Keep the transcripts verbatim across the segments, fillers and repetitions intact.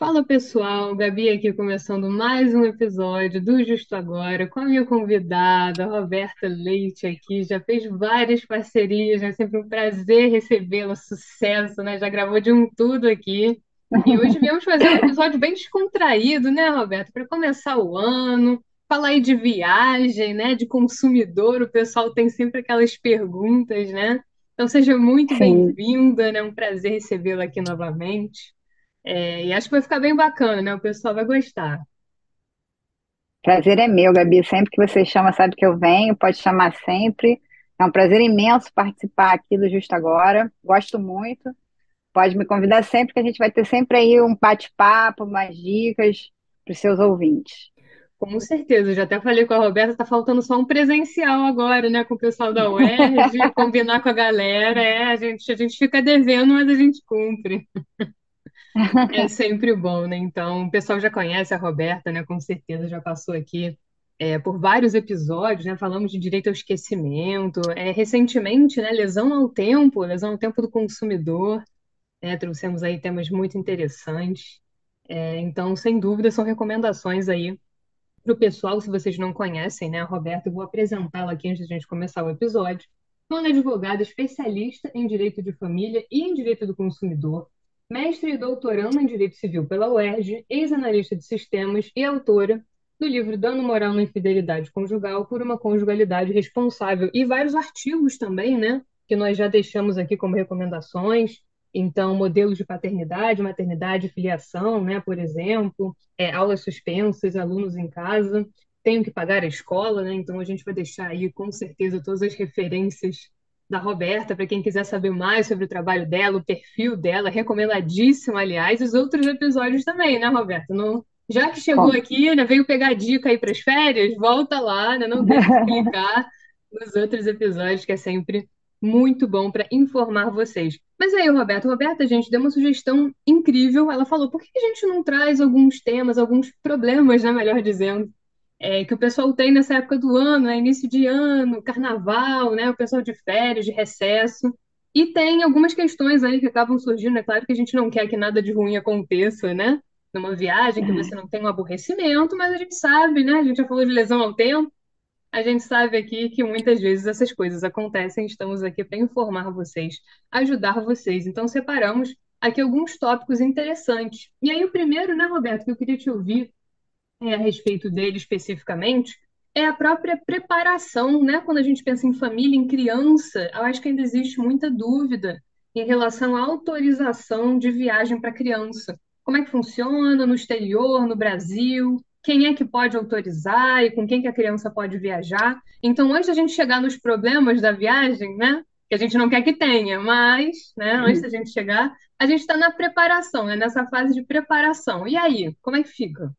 Fala pessoal, Gabi aqui começando mais um episódio do Justo Agora com a minha convidada, Roberta Leite aqui, já fez várias parcerias, é sempre um prazer recebê-la, sucesso, né? Já gravou de um tudo aqui. E hoje viemos fazer um episódio bem descontraído, né, Roberta? Para começar o ano, falar aí de viagem, né? De consumidor, o pessoal tem sempre aquelas perguntas, né? Então seja muito Sim, bem-vinda, né? Um prazer recebê-la aqui novamente. É, e acho que vai ficar bem bacana, né? O pessoal vai gostar. prazer é meu, Gabi. Sempre que você chama, sabe que eu venho, pode chamar sempre. É um prazer imenso participar aqui do Justo Agora. Gosto muito. Pode me convidar sempre, que a gente vai ter sempre aí um bate-papo, umas dicas para os seus ouvintes. Com certeza, eu já até falei com a Roberta, tá faltando só um presencial agora, né? Com o pessoal da U E R J, combinar com a galera. É, a gente, a gente fica devendo, mas a gente cumpre. É sempre bom, né? Então, o pessoal já conhece a Roberta, né? Com certeza já passou aqui é, por vários episódios, né? Falamos de direito ao esquecimento, é, recentemente, né? Lesão ao tempo, lesão ao tempo do consumidor, né? Trouxemos aí temas muito interessantes. É, então, sem dúvida, são recomendações aí para o pessoal, se vocês não conhecem, né? A Roberta, eu vou apresentá-la aqui antes de a gente começar o episódio. Ela é advogada especialista em direito de família e em direito do consumidor, mestre e doutoranda em direito civil pela U E R J, ex-analista de sistemas e autora do livro Dano Moral na Infidelidade Conjugal por uma Conjugalidade Responsável e vários artigos também, né? Que nós já deixamos aqui como recomendações. Então, modelos de paternidade, maternidade, filiação, né, por exemplo, é, aulas suspensas, alunos em casa, tenho que pagar a escola, né? Então a gente vai deixar aí com certeza todas as referências da Roberta para quem quiser saber mais sobre o trabalho dela, o perfil dela, recomendadíssimo, aliás, os outros episódios também, né, Roberta? Não, já que chegou Com- aqui, né, veio pegar dica aí para as férias, volta lá, né, não deixe de clicar nos outros episódios, que é sempre muito bom para informar vocês. Mas aí, Roberto, Roberta, gente, deu uma sugestão incrível. Ela falou: por que a gente não traz alguns temas, alguns problemas, né, melhor dizendo, é, que o pessoal tem nessa época do ano, né, início de ano, carnaval, né, o pessoal de férias, de recesso. E tem algumas questões aí que acabam surgindo. É claro que a gente não quer que nada de ruim aconteça, né? Numa viagem, que você não tenha um aborrecimento, mas a gente sabe, né? A gente já falou de lesão ao tempo. A gente sabe aqui que muitas vezes essas coisas acontecem, estamos aqui para informar vocês, ajudar vocês. Então, separamos aqui alguns tópicos interessantes. E aí, o primeiro, né, Roberto, que eu queria te ouvir é, a respeito dele especificamente, é a própria preparação, né? Quando a gente pensa em família, em criança, eu acho que ainda existe muita dúvida em relação à autorização de viagem para criança. Como é que funciona no exterior, no Brasil? Quem é que pode autorizar e com quem que a criança pode viajar? Então, antes da gente chegar nos problemas da viagem, né? Que a gente não quer que tenha, mas, né, antes da gente chegar, a gente está na preparação, né, nessa fase de preparação. E aí, como é que fica?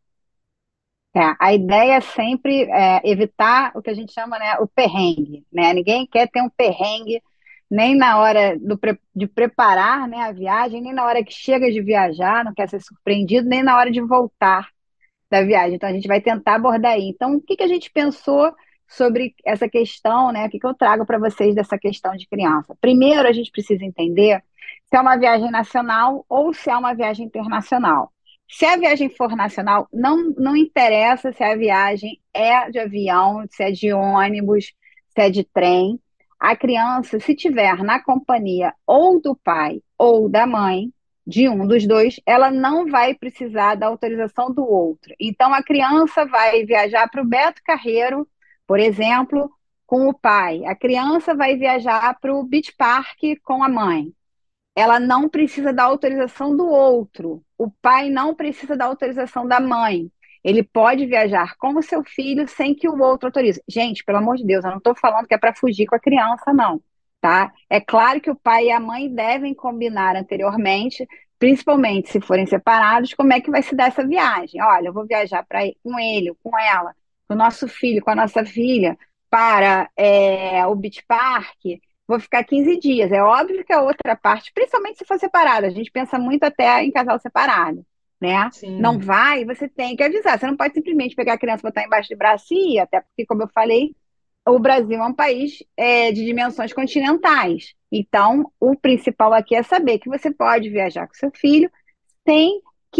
É, a ideia é sempre é, evitar o que a gente chama, né, o perrengue, né? Ninguém quer ter um perrengue nem na hora do pre- de preparar, né, a viagem, nem na hora que chega de viajar, não quer ser surpreendido, nem na hora de voltar da viagem. Então, a gente vai tentar abordar aí. Então, o que que a gente pensou sobre essa questão, né? O que que eu trago para vocês dessa questão de criança? Primeiro, a gente precisa entender se é uma viagem nacional ou se é uma viagem internacional. Se a viagem for nacional, não, não interessa se a viagem é de avião, se é de ônibus, se é de trem. A criança, se tiver na companhia ou do pai ou da mãe, de um dos dois, ela não vai precisar da autorização do outro. Então, a criança vai viajar para o Beto Carreiro, por exemplo, com o pai. A criança vai viajar para o Beach Park com a mãe. Ela não precisa da autorização do outro. O pai não precisa da autorização da mãe. Ele pode viajar com o seu filho sem que o outro autorize. Gente, pelo amor de Deus, eu não estou falando que é para fugir com a criança, não. Tá? É claro que o pai e a mãe devem combinar anteriormente, principalmente se forem separados, como é que vai se dar essa viagem. Olha, eu vou viajar para com ele, com ela, com o nosso filho, com a nossa filha, para é, o Beach Park, vou ficar quinze dias. É óbvio que a outra parte, principalmente se for separada, a gente pensa muito até em casal separado, né? Não Sim. vai, você tem que avisar. Você não pode simplesmente pegar a criança, botar embaixo de braço e ir, até porque, como eu falei, o Brasil é um país é, de dimensões continentais. Então, o principal aqui é saber que você pode viajar com seu filho sem que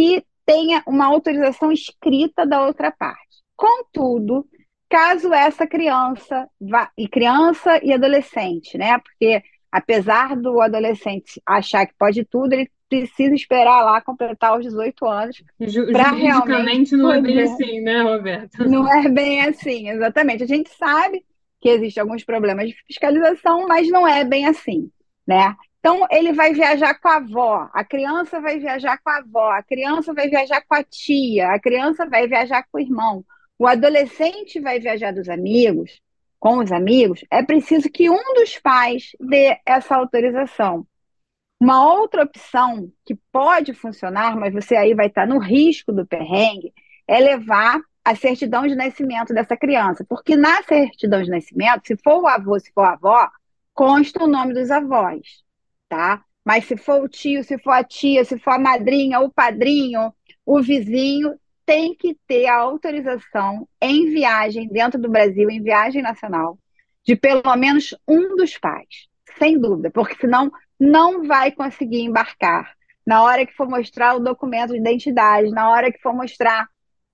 tenha uma autorização escrita da outra parte. Contudo, caso essa criança vá, e criança e adolescente, né? Porque apesar do adolescente achar que pode tudo, ele precisa esperar lá completar os dezoito anos Ju- para realmente juridicamente não é bem poder. assim, né, Roberto? Não é bem assim, exatamente. A gente sabe que existem alguns problemas de fiscalização, mas não é bem assim, né? Então, ele vai viajar com a avó, a criança vai viajar com a avó, a criança vai viajar com a tia, a criança vai viajar com o irmão, o adolescente vai viajar dos amigos, com os amigos. É preciso que um dos pais dê essa autorização. Uma outra opção que pode funcionar, mas você aí vai estar no risco do perrengue, é levar a certidão de nascimento dessa criança. Porque na certidão de nascimento, se for o avô, se for a avó, consta o nome dos avós, tá? Mas se for o tio, se for a tia, se for a madrinha, o padrinho, o vizinho, tem que ter a autorização em viagem dentro do Brasil, em viagem nacional, de pelo menos um dos pais, sem dúvida, porque senão não vai conseguir embarcar. Na hora que for mostrar o documento de identidade, na hora que for mostrar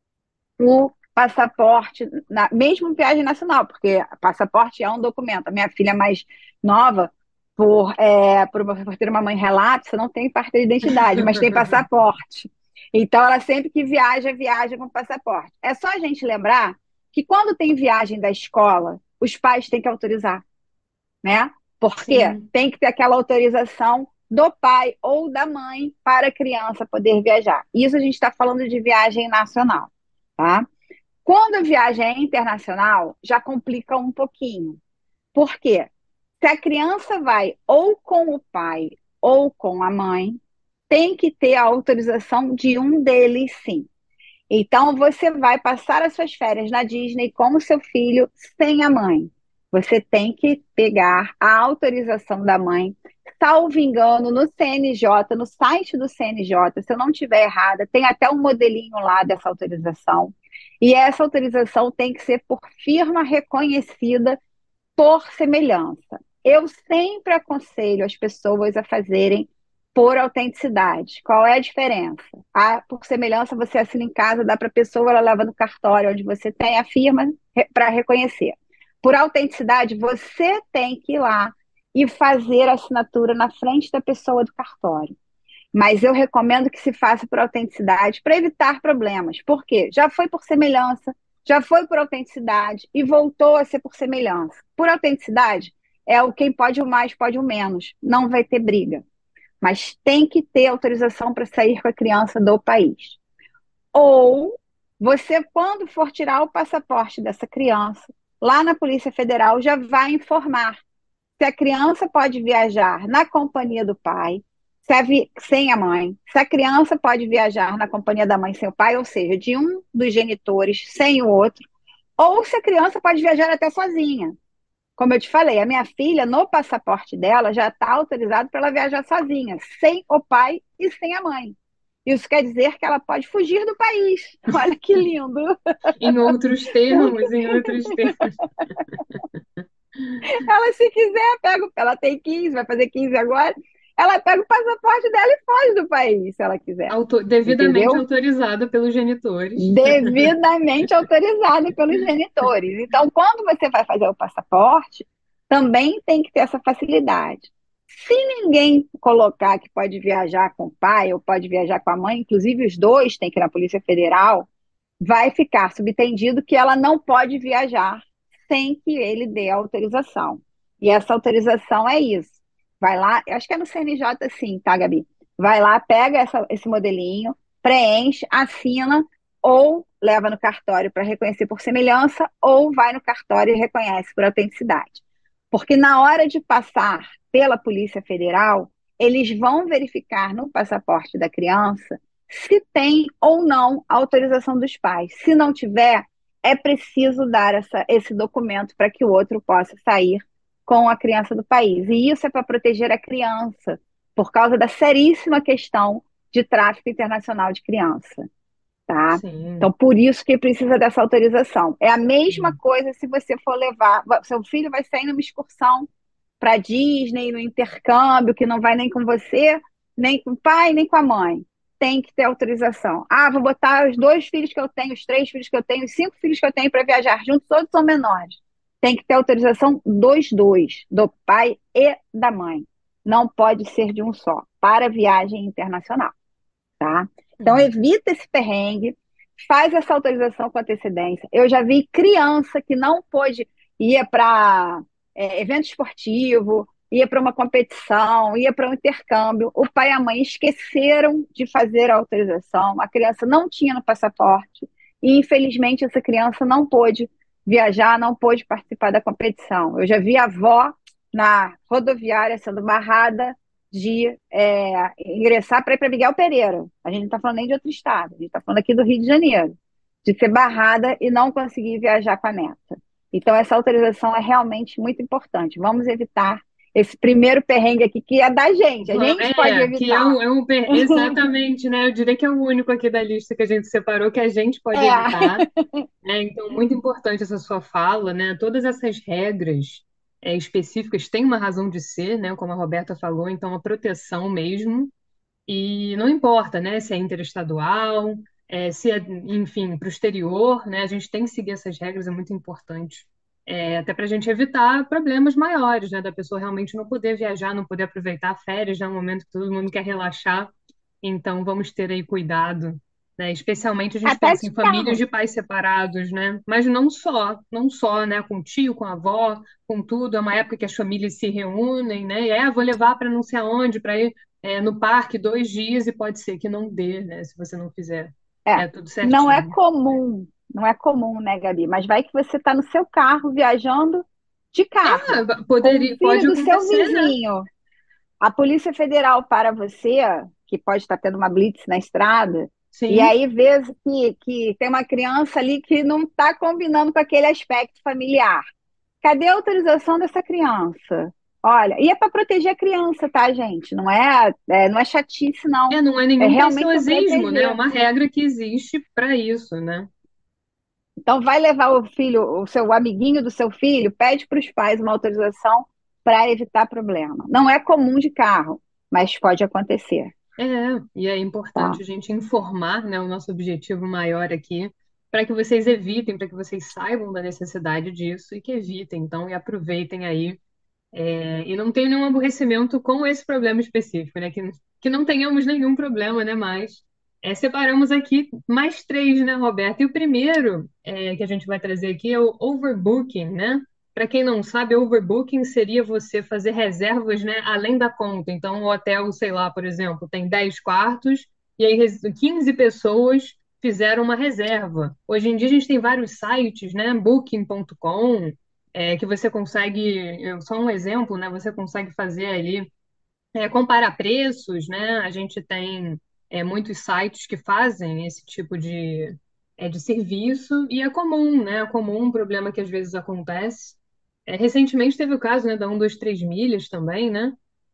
o passaporte, na, mesmo viagem nacional, porque passaporte é um documento. A minha filha mais nova, por, é, por, por ter uma mãe relapsa, não tem carteira de identidade, mas tem passaporte. Então, ela sempre que viaja, viaja com passaporte. É só a gente lembrar que quando tem viagem da escola, os pais têm que autorizar, né? Porque Sim. tem que ter aquela autorização do pai ou da mãe para a criança poder viajar. Isso a gente está falando de viagem nacional, tá? Quando a viagem é internacional, já complica um pouquinho. Por quê? Se a criança vai ou com o pai ou com a mãe, tem que ter a autorização de um deles, sim. Então, você vai passar as suas férias na Disney com o seu filho sem a mãe. Você tem que pegar a autorização da mãe, salvo engano, no C N J, no site do C N J, se eu não estiver errada, tem até um modelinho lá dessa autorização. E essa autorização tem que ser por firma reconhecida por semelhança. Eu sempre aconselho as pessoas a fazerem por autenticidade. Qual é a diferença? Ah, por semelhança, você assina em casa, dá para a pessoa, ela leva no cartório, onde você tem a firma para reconhecer. Por autenticidade, você tem que ir lá e fazer a assinatura na frente da pessoa do cartório. Mas eu recomendo que se faça por autenticidade para evitar problemas. Por quê? Já foi por semelhança, já foi por autenticidade e voltou a ser por semelhança. Por autenticidade, é o quem pode o mais, pode o menos. Não vai ter briga. Mas tem que ter autorização para sair com a criança do país. Ou você, quando for tirar o passaporte dessa criança, lá na Polícia Federal já vai informar se a criança pode viajar na companhia do pai, se a vi- sem a mãe, se a criança pode viajar na companhia da mãe sem o pai, ou seja, de um dos genitores sem o outro, ou se a criança pode viajar até sozinha. Como eu te falei, a minha filha, no passaporte dela, já está autorizado para ela viajar sozinha, sem o pai e sem a mãe. Isso quer dizer que ela pode fugir do país. Olha que lindo! Em outros termos, em outros termos. Ela, se quiser, pega. Ela tem quinze, vai fazer quinze agora. Ela pega o passaporte dela e foge do país, se ela quiser. Auto- devidamente Entendeu? autorizada pelos genitores. Devidamente autorizado pelos genitores. Então, quando você vai fazer o passaporte, também tem que ter essa facilidade. Se ninguém colocar que pode viajar com o pai ou pode viajar com a mãe, inclusive os dois têm que ir na Polícia Federal, vai ficar subentendido que ela não pode viajar sem que ele dê a autorização. E essa autorização é isso. Vai lá, eu acho que é no C N J sim, tá, Gabi? Vai lá, pega essa, esse modelinho, preenche, assina, ou leva no cartório para reconhecer por semelhança, ou vai no cartório e reconhece por autenticidade. Porque na hora de passar pela Polícia Federal, eles vão verificar no passaporte da criança se tem ou não a autorização dos pais. Se não tiver, é preciso dar essa, esse documento para que o outro possa sair com a criança do país. E isso é para proteger a criança, por causa da seríssima questão de tráfico internacional de criança, tá? Sim. Então, por isso que precisa dessa autorização. É a mesma coisa se você for levar, seu filho vai sair numa excursão para Disney, no intercâmbio, que não vai nem com você, nem com o pai, nem com a mãe. tem que ter autorização. Ah, vou botar os dois filhos que eu tenho, os três filhos que eu tenho, os cinco filhos que eu tenho para viajar juntos, todos são menores. Tem que ter autorização dos dois, do pai e da mãe. Não pode ser de um só, para viagem internacional, tá? Então, Hum. evita esse perrengue, faz essa autorização com antecedência. Eu já vi criança que não pôde ir para é, evento esportivo, ia para uma competição, ia para um intercâmbio. O pai e a mãe esqueceram de fazer a autorização, a criança não tinha no passaporte, e infelizmente essa criança não pôde viajar, não pôde participar da competição. Eu já vi a avó na rodoviária sendo barrada de é, ingressar para ir para Miguel Pereira. A gente não está falando nem de outro estado, a gente está falando aqui do Rio de Janeiro, de ser barrada e não conseguir viajar com a neta. Então, essa autorização é realmente muito importante. Vamos evitar esse primeiro perrengue aqui, que é da gente, a gente pode É, que é evitar. um, é um per- exatamente, né? Eu diria que é o único aqui da lista que a gente separou que a gente pode evitar, É, né? Então, muito importante essa sua fala, né? Todas essas regras é, específicas têm uma razão de ser, né? Como a Roberta falou, então a proteção mesmo. E não importa, né? Se é interestadual, é, se é, enfim, para o exterior, né? A gente tem que seguir essas regras, é muito importante. É, até para a gente evitar problemas maiores, né? Da pessoa realmente não poder viajar, não poder aproveitar férias, né? Um momento que todo mundo quer relaxar. Então, vamos ter aí cuidado, né? Especialmente a gente até pensa de em famílias carro. de pais separados, né? Mas não só, não só, né? Com o tio, com a avó, com tudo. É uma época que as famílias se reúnem, né? E é, vou levar para não sei aonde, para ir é, no parque dois dias e pode ser que não dê, né? Se você não fizer É, é, tudo não é certinho. comum, não é comum, né, Gabi? Mas vai que você está no seu carro, viajando de carro, É, com o poderia, filho pode do seu acontecer, né? vizinho. A Polícia Federal para você, que pode estar tendo uma blitz na estrada, e Sim. aí vê que, que tem uma criança ali que não está combinando com aquele aspecto familiar. Cadê a autorização dessa criança? Olha, e é para proteger a criança, tá, gente? Não é, é, não é chatice, não. É, não é É nenhum realmente para preciosismo, né? É proteger. uma regra que existe para isso, né? Então, vai levar o filho, o seu amiguinho do seu filho, pede para os pais uma autorização para evitar problema. Não é comum de carro, mas pode acontecer, É, e é tá? importante a gente informar, né, o nosso objetivo maior aqui, para que vocês evitem, para que vocês saibam da necessidade disso e que evitem, então, e aproveitem aí, é, e não tenham nenhum aborrecimento com esse problema específico, né, que, que não tenhamos nenhum problema, né, mas é, separamos aqui mais três, né, Roberto? E o primeiro é, que a gente vai trazer aqui é o overbooking, né? Para quem não sabe, overbooking seria você fazer reservas, né, além da conta. Então, o hotel, sei lá, por exemplo, tem dez quartos e aí res- quinze pessoas fizeram uma reserva. Hoje em dia a gente tem vários sites, né, booking ponto com, é, que você consegue, eu- só um exemplo, né, você consegue fazer ali é, comparar preços, né? A gente tem é, muitos sites que fazem esse tipo de, é, de serviço e é comum, né? É comum um problema que às vezes acontece. É, recentemente teve o caso, né, da um, dois, três milhas também, né?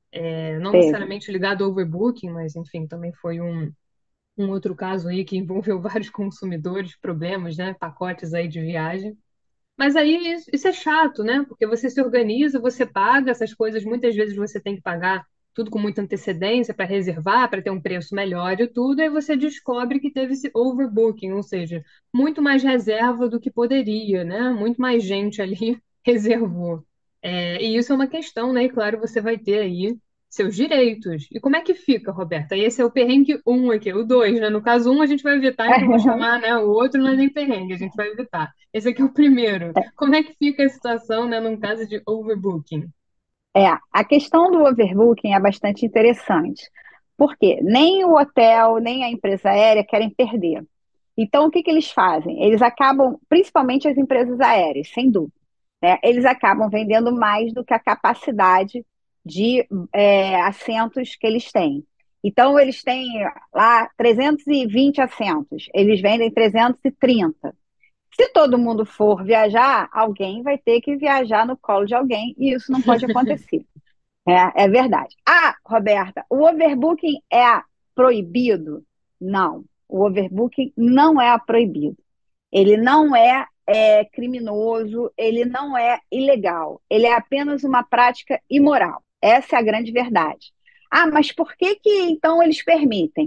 É, não Teve. necessariamente ligado ao overbooking, mas enfim, também foi um, um outro caso aí que envolveu vários consumidores, problemas, né? Pacotes aí de viagem. Mas aí isso, isso é chato, né? Porque você se organiza, você paga essas coisas, muitas vezes você tem que pagar tudo com muita antecedência para reservar, para ter um preço melhor e tudo, aí você descobre que teve esse overbooking, ou seja, muito mais reserva do que poderia, né? Muito mais gente ali reservou. É, e isso é uma questão, né? E claro, você vai ter aí seus direitos. E como é que fica, Roberta? Esse é o perrengue um aqui, o dois, né? No caso um a gente vai evitar, então eu vou chamar, né? O outro não é nem perrengue, a gente vai evitar. Esse aqui é o primeiro. Como é que fica a situação, né, num caso de overbooking? É, a questão do overbooking é bastante interessante, porque nem o hotel, nem a empresa aérea querem perder. Então, o que que eles fazem? Eles acabam, principalmente as empresas aéreas, sem dúvida, né? Eles acabam vendendo mais do que a capacidade de é, assentos que eles têm. Então, eles têm lá trezentos e vinte assentos, eles vendem trezentos e trinta. Se todo mundo for viajar, alguém vai ter que viajar no colo de alguém, e isso não pode acontecer. É, é verdade. Ah, Roberta, o overbooking é proibido? Não, o overbooking não é proibido. Ele não é, é criminoso, ele não é ilegal. Ele é apenas uma prática imoral. Essa é a grande verdade. Ah, mas por que que então eles permitem?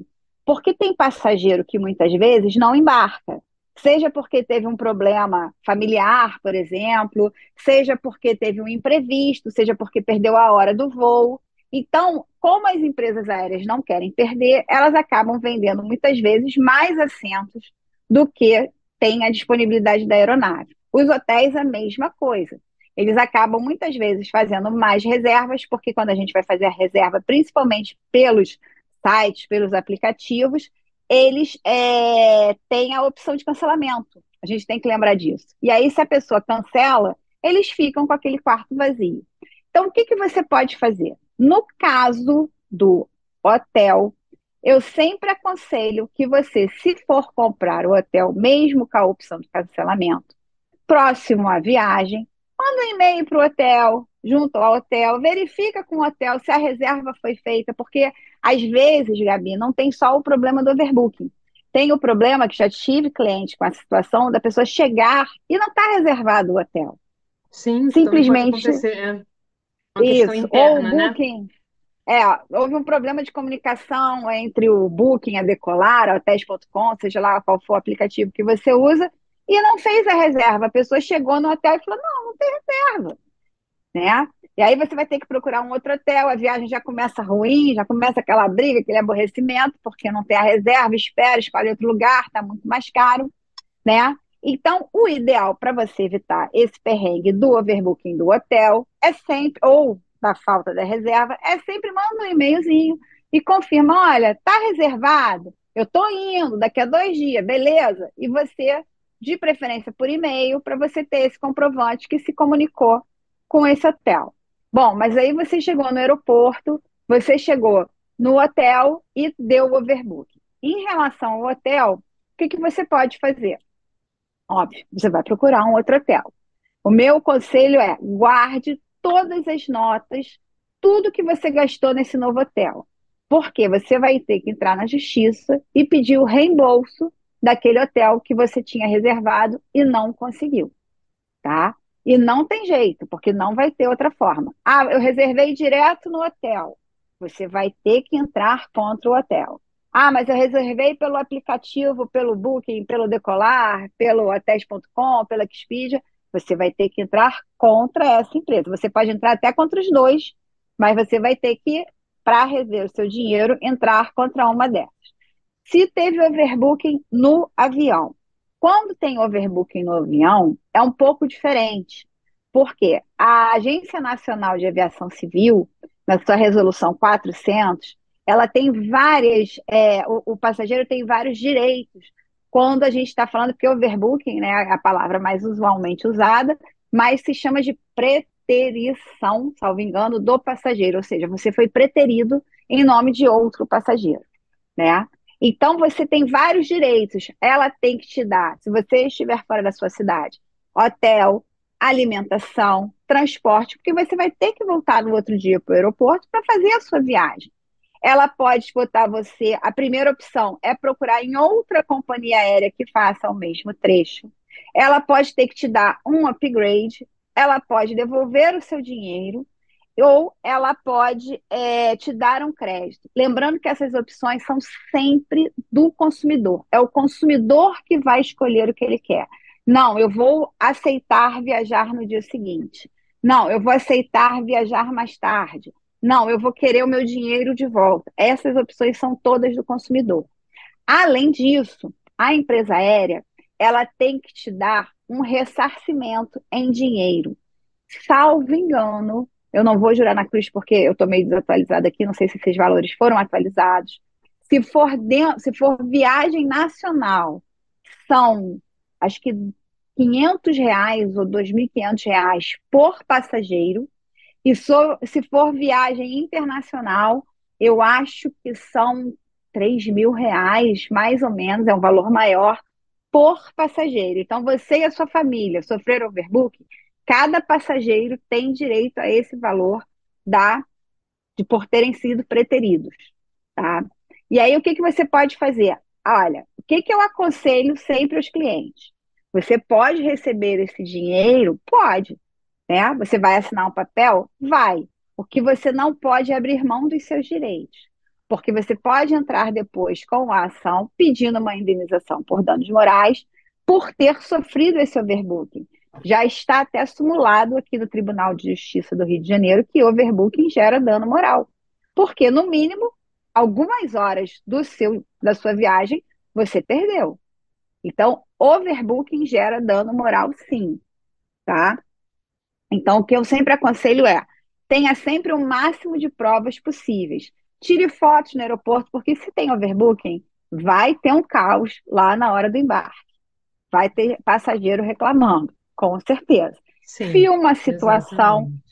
Porque tem passageiro que muitas vezes não embarca. Seja porque teve um problema familiar, por exemplo, seja porque teve um imprevisto, seja porque perdeu a hora do voo. Então, como as empresas aéreas não querem perder, elas acabam vendendo muitas vezes mais assentos do que tem a disponibilidade da aeronave. Os hotéis, a mesma coisa. Eles acabam muitas vezes fazendo mais reservas, porque quando a gente vai fazer a reserva, principalmente pelos sites, pelos aplicativos, eles é, têm a opção de cancelamento. A gente tem que lembrar disso. E aí, se a pessoa cancela, eles ficam com aquele quarto vazio. Então, o que, que você pode fazer? No caso do hotel, eu sempre aconselho que você, se for comprar o hotel, mesmo com a opção de cancelamento, próximo à viagem, manda um e-mail para o hotel, junto ao hotel, verifica com o hotel se a reserva foi feita, porque às vezes, Gabi, não tem só o problema do overbooking. Tem o problema que já tive cliente com a situação da pessoa chegar e não está reservado o hotel. Sim, isso também pode Simplesmente acontecer. É uma questão isso. Ou o interna, né? booking. É, houve um problema de comunicação entre o Booking, a Decolar, a hotels ponto com, seja lá qual for o aplicativo que você usa, e não fez a reserva. A pessoa chegou no hotel e falou: não, não tem reserva, né? E aí você vai ter que procurar um outro hotel, a viagem já começa ruim, já começa aquela briga, aquele aborrecimento, porque não tem a reserva, espera, escolhe outro lugar, está muito mais caro, né? Então, o ideal para você evitar esse perrengue do overbooking do hotel é sempre, ou da falta da reserva, é sempre manda um e-mailzinho e confirma, olha, tá reservado, eu tô indo daqui a dois dias, beleza? E você, de preferência por e-mail, para você ter esse comprovante que se comunicou com esse hotel. Bom, mas aí você chegou no aeroporto, você chegou no hotel e deu o overbooking. Em relação ao hotel, o que, que você pode fazer? Óbvio, você vai procurar um outro hotel. O meu conselho é guarde todas as notas, tudo que você gastou nesse novo hotel. Porque você vai ter que entrar na justiça e pedir o reembolso daquele hotel que você tinha reservado e não conseguiu, tá? E não tem jeito, porque não vai ter outra forma. Ah, eu reservei direto no hotel. Você vai ter que entrar contra o hotel. Ah, mas eu reservei pelo aplicativo, pelo Booking, pelo Decolar, pelo hotels ponto com, pela Expedia. Você vai ter que entrar contra essa empresa. Você pode entrar até contra os dois, mas você vai ter que, para rever o seu dinheiro, entrar contra uma delas. Se teve overbooking no avião. Quando tem overbooking no avião, é um pouco diferente, porque a Agência Nacional de Aviação Civil, na sua resolução quatrocentos, ela tem várias, é, o, o passageiro tem vários direitos. Quando a gente está falando, porque overbooking, né, é a palavra mais usualmente usada, mas se chama de preterição, salvo engano, do passageiro, ou seja, você foi preterido em nome de outro passageiro, né? Então, você tem vários direitos. Ela tem que te dar, se você estiver fora da sua cidade, hotel, alimentação, transporte, porque você vai ter que voltar no outro dia para o aeroporto para fazer a sua viagem. Ela pode botar você. A primeira opção é procurar em outra companhia aérea que faça o mesmo trecho. Ela pode ter que te dar um upgrade. Ela pode devolver o seu dinheiro ou ela pode é, te dar um crédito. Lembrando que essas opções são sempre do consumidor. É o consumidor que vai escolher o que ele quer. Não, eu vou aceitar viajar no dia seguinte. Não, eu vou aceitar viajar mais tarde. Não, eu vou querer o meu dinheiro de volta. Essas opções são todas do consumidor. Além disso, a empresa aérea, ela tem que te dar um ressarcimento em dinheiro. Salvo engano, eu não vou jurar na cruz porque eu estou meio desatualizada aqui, não sei se esses valores foram atualizados. Se for, dentro, se for viagem nacional, são acho que quinhentos reais ou dois mil e quinhentos reais por passageiro. E so, se for viagem internacional, eu acho que são três mil reais, mais ou menos, é um valor maior por passageiro. Então, você e a sua família sofreram overbooking, cada passageiro tem direito a esse valor da, de por terem sido preteridos, tá? E aí, o que, que você pode fazer? Olha, o que, que eu aconselho sempre aos clientes? Você pode receber esse dinheiro? Pode, né? Você vai assinar um papel? Vai. O que você não pode é abrir mão dos seus direitos. porque você pode entrar depois com a ação pedindo uma indenização por danos morais por ter sofrido esse overbooking. Já está até simulado aqui no Tribunal de Justiça do Rio de Janeiro que overbooking gera dano moral, porque no mínimo algumas horas do seu da sua viagem você perdeu. Então, overbooking gera dano moral, sim, tá? Então, o que eu sempre aconselho é: tenha sempre o máximo de provas possíveis. Tire fotos no aeroporto, porque se tem overbooking, vai ter um caos lá na hora do embarque. Vai ter passageiro reclamando, com certeza. Sim, Filma a situação, exatamente.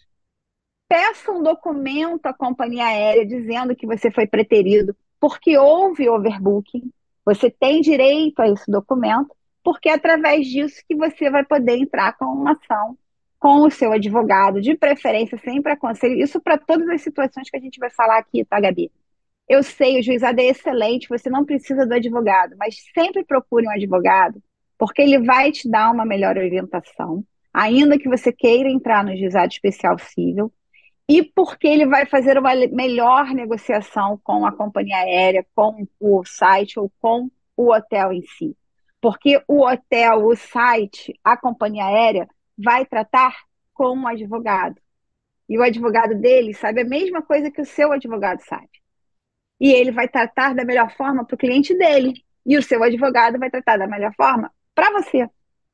peça um documento à companhia aérea dizendo que você foi preterido, porque houve overbooking. Você tem direito a esse documento, porque é através disso que você vai poder entrar com uma ação com o seu advogado, de preferência, sempre aconselho. Isso para todas as situações que a gente vai falar aqui, tá, Gabi? Eu sei, o juizado é excelente, você não precisa do advogado, mas sempre procure um advogado, porque ele vai te dar uma melhor orientação, ainda que você queira entrar no juizado especial civil, e porque ele vai fazer uma melhor negociação com a companhia aérea, com o site ou com o hotel em si. Porque o hotel, o site, a companhia aérea vai tratar com o advogado. E o advogado dele sabe a mesma coisa que o seu advogado sabe. E ele vai tratar da melhor forma para o cliente dele. E o seu advogado vai tratar da melhor forma para você.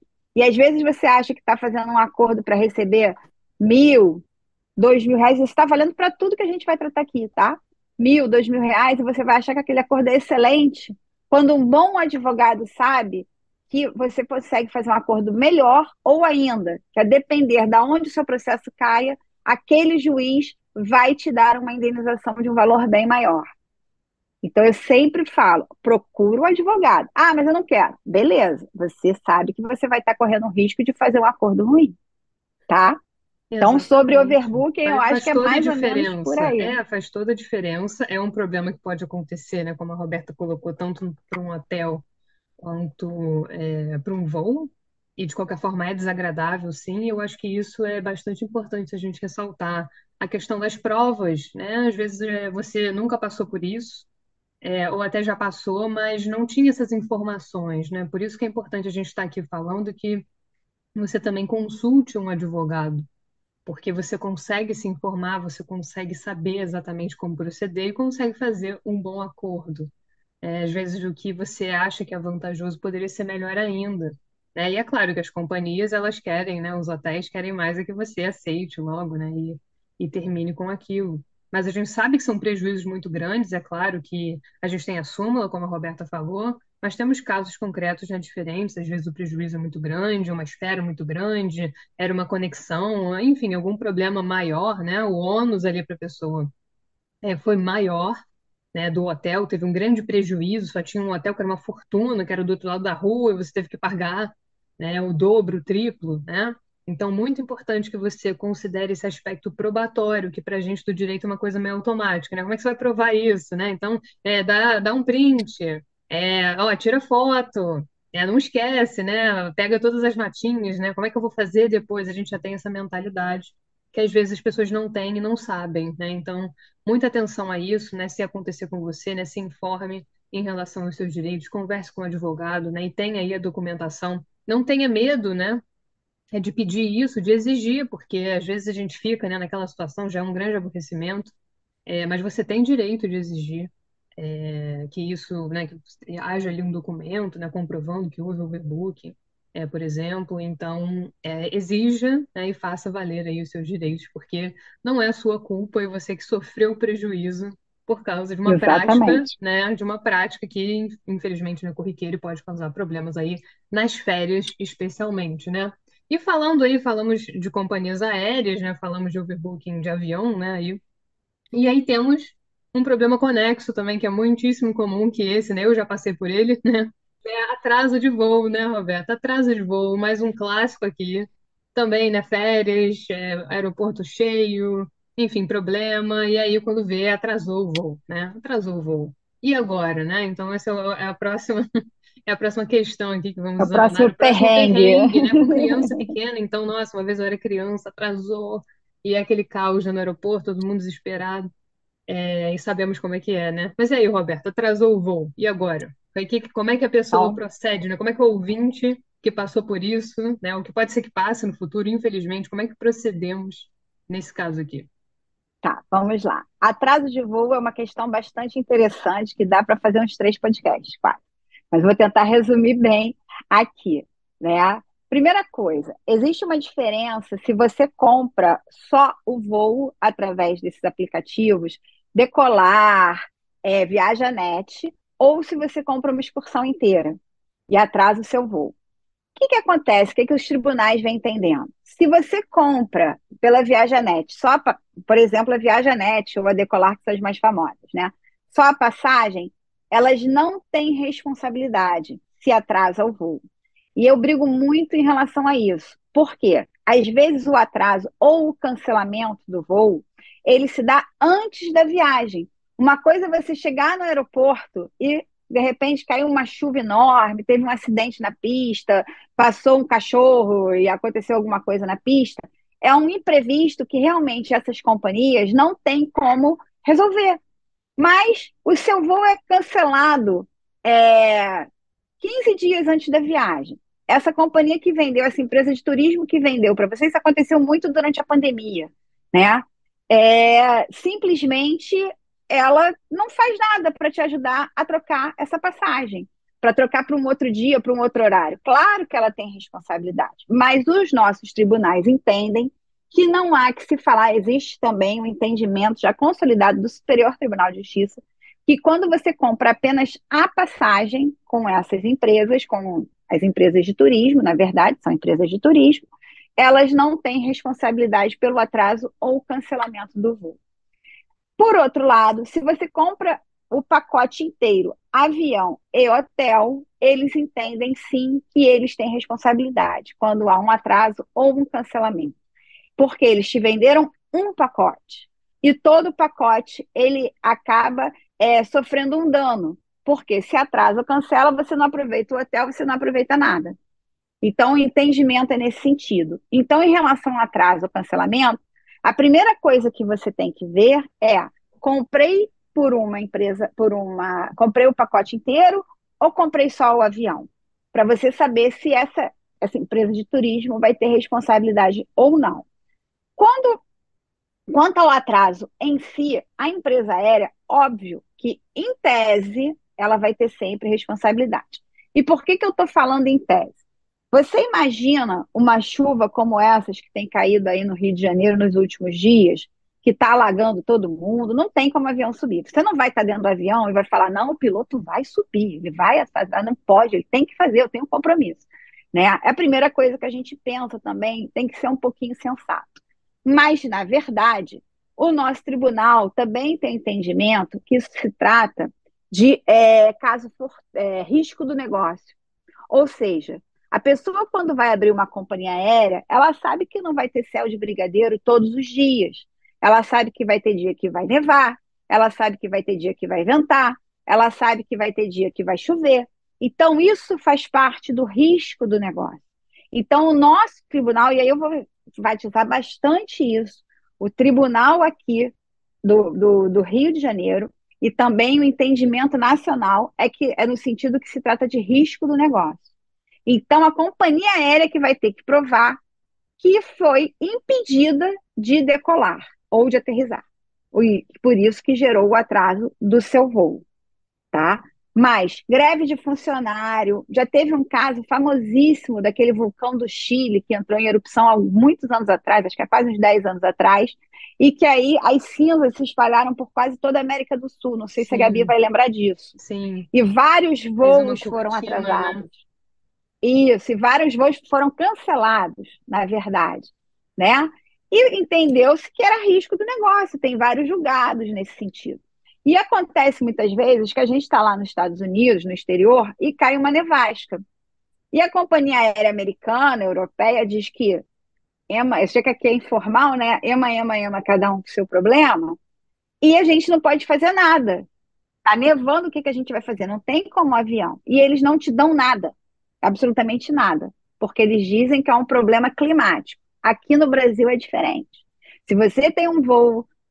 E às vezes você acha que está fazendo um acordo para receber mil, dois mil reais, isso está valendo para tudo que a gente vai tratar aqui, tá? Mil, dois mil reais, e você vai achar que aquele acordo é excelente, quando um bom advogado sabe que você consegue fazer um acordo melhor, ou ainda, que a depender de onde o seu processo caia, aquele juiz vai te dar uma indenização de um valor bem maior. Então, eu sempre falo, procura um advogado. Ah, mas eu não quero. Beleza, você sabe que você vai estar correndo o risco de fazer um acordo ruim, tá? Então, sobre Exatamente. overbooking, eu Faz, acho faz que é toda a mais ou menos por diferença. aí. É, faz toda a diferença. É um problema que pode acontecer, né? Como a Roberta colocou, tanto para um hotel quanto para um voo. E de qualquer forma é desagradável, sim. Eu acho que isso é bastante importante a gente ressaltar. A questão das provas, né? Às vezes é, você nunca passou por isso, é, ou até já passou, mas não tinha essas informações, né? Por isso que é importante a gente estar aqui falando que você também consulte um advogado, porque você consegue se informar, você consegue saber exatamente como proceder e consegue fazer um bom acordo. É, às vezes o que você acha que é vantajoso poderia ser melhor ainda, né? E é claro que as companhias elas querem, né? Os hotéis querem mais é que você aceite logo, né? E, e termine com aquilo. Mas a gente sabe que são prejuízos muito grandes, é claro que a gente tem a súmula, como a Roberta falou, mas temos casos concretos, né, diferentes. Às vezes o prejuízo é muito grande, uma espera muito grande, era uma conexão, enfim, algum problema maior, né? O ônus ali para a pessoa é, foi maior, né, do hotel, teve um grande prejuízo, só tinha um hotel que era uma fortuna, que era do outro lado da rua, e você teve que pagar, né, o dobro, o triplo, né? Então, muito importante que você considere esse aspecto probatório, que para a gente do direito é uma coisa meio automática, né? Como é que você vai provar isso, né? Então, é, dá, dá um print, é, ó, tira foto, é, não esquece, né? Pega todas as notinhas, né? Como é que eu vou fazer depois? A gente já tem essa mentalidade que às vezes as pessoas não têm e não sabem, né? Então, muita atenção a isso, né? Se acontecer com você, né? Se informe em relação aos seus direitos, converse com o advogado, né? E tenha aí a documentação. Não tenha medo, né? É de pedir isso, de exigir, porque às vezes a gente fica, né, naquela situação, já é um grande aborrecimento, é, mas você tem direito de exigir é, que isso, né, que haja ali um documento, né, comprovando que houve overbooking, é, por exemplo. Então, é, exija, né, e faça valer aí os seus direitos, porque não é sua culpa e você que sofreu prejuízo por causa de uma prática, Exatamente. né, de uma prática que, infelizmente, no corriqueiro pode causar problemas aí nas férias, especialmente, né? E falando aí, falamos de companhias aéreas, né? Falamos de overbooking de avião, né? E e aí temos um problema conexo também, que é muitíssimo comum, que esse, né? Eu já passei por ele, né? É atraso de voo, né, Roberta? Atraso de voo, mais um clássico aqui. Também, né? Férias, é, aeroporto cheio, enfim, problema. E aí, quando vê, atrasou o voo, né? Atrasou o voo. E agora, né? Então, essa é o- é a próxima, é a próxima questão aqui que É vamos o próximo examinar. O próximo perrengue. perrengue, né? Com criança pequena. Então, nossa, uma vez eu era criança, atrasou. E é aquele caos já no aeroporto, todo mundo desesperado. É, e sabemos como é que é, né? Mas e aí, Roberto, atrasou o voo. E agora? Aí, que- Como é que a pessoa Então, procede, né? Como é que o ouvinte que passou por isso, né? O que pode ser que passe no futuro, infelizmente, como é que procedemos nesse caso aqui? tá, vamos lá. Atraso de voo é uma questão bastante interessante que dá para fazer uns três podcasts, quase. Mas vou tentar resumir bem aqui, né? Primeira coisa, existe uma diferença se você compra só o voo através desses aplicativos, Decolar, é, ViajaNet, ou se você compra uma excursão inteira e atrasa o seu voo. O que que acontece? O que que os tribunais vêm entendendo? Se você compra pela Viajanet, só, pa- por exemplo, a Viajanet ou a Decolar, que são as mais famosas, né? Só a passagem, elas não têm responsabilidade se atrasa o voo. E eu brigo muito em relação a isso. Por quê? Às vezes o atraso ou o cancelamento do voo, ele se dá antes da viagem. Uma coisa é você chegar no aeroporto e de repente caiu uma chuva enorme, teve um acidente na pista, passou um cachorro e aconteceu alguma coisa na pista. É um imprevisto que realmente essas companhias não têm como resolver. Mas o seu voo é cancelado é, quinze dias antes da viagem. Essa companhia que vendeu, essa empresa de turismo que vendeu para vocês, isso aconteceu muito durante a pandemia, né? É, simplesmente ela não faz nada para te ajudar a trocar essa passagem, para trocar para um outro dia, para um outro horário. Claro que ela tem responsabilidade, mas os nossos tribunais entendem que não há que se falar, existe também um entendimento já consolidado do Superior Tribunal de Justiça que quando você compra apenas a passagem com essas empresas, com as empresas de turismo, na verdade, são empresas de turismo, elas não têm responsabilidade pelo atraso ou cancelamento do voo. Por outro lado, se você compra o pacote inteiro, avião e hotel, eles entendem sim que eles têm responsabilidade quando há um atraso ou um cancelamento, porque eles te venderam um pacote e todo o pacote ele acaba é, sofrendo um dano, porque se atrasa ou cancela, você não aproveita o hotel, você não aproveita nada. Então, o entendimento é nesse sentido. Então, em relação ao atraso ou cancelamento, a primeira coisa que você tem que ver é: comprei por uma empresa, por uma, comprei o pacote inteiro ou comprei só o avião? Para você saber se essa, essa empresa de turismo vai ter responsabilidade ou não. Quando, quanto ao atraso em si, a empresa aérea, óbvio que, em tese, ela vai ter sempre responsabilidade. E por que, que eu estou falando em tese? Você imagina uma chuva como essas que tem caído aí no Rio de Janeiro nos últimos dias, que está alagando todo mundo, não tem como o avião subir. Você não vai estar dentro do avião e vai falar, não, o piloto vai subir, ele vai, não pode, ele tem que fazer, eu tenho um compromisso. Né? É a primeira coisa que a gente pensa também, tem que ser um pouquinho sensato. Mas, na verdade, o nosso tribunal também tem entendimento que isso se trata de é, caso for é, risco do negócio. Ou seja, a pessoa, quando vai abrir uma companhia aérea, ela sabe que não vai ter céu de brigadeiro todos os dias. Ela sabe que vai ter dia que vai nevar, ela sabe que vai ter dia que vai ventar, ela sabe que vai ter dia que vai chover. Então, isso faz parte do risco do negócio. Então, o nosso tribunal, e aí eu vou enfatizar bastante isso, o tribunal aqui do, do, do Rio de Janeiro, e também o entendimento nacional é que é no sentido que se trata de risco do negócio. Então, a companhia aérea que vai ter que provar que foi impedida de decolar ou de aterrissar. Por isso que gerou o atraso do seu voo, tá? Mas greve de funcionário, já teve um caso famosíssimo daquele vulcão do Chile que entrou em erupção há muitos anos atrás, acho que há quase uns dez anos atrás, e que aí as cinzas se espalharam por quase toda a América do Sul. Não sei se a Gabi Sim, vai lembrar disso. sim. E vários Fez uma voos foram cortina, né? atrasados. Isso, e vários voos foram cancelados, na verdade, né? E entendeu-se que era risco do negócio, tem vários julgados nesse sentido. E acontece muitas vezes que a gente está lá nos Estados Unidos, no exterior, e cai uma nevasca. E a companhia aérea americana, europeia, diz que, ema, eu sei que aqui é informal, né? Ema, ema, ema, cada um com o seu problema, e a gente não pode fazer nada. Tá nevando, o que que a gente vai fazer? Não tem como avião. E eles não te dão nada, absolutamente nada, porque eles dizem que é um problema climático. Aqui no Brasil é diferente. Se você tem um voo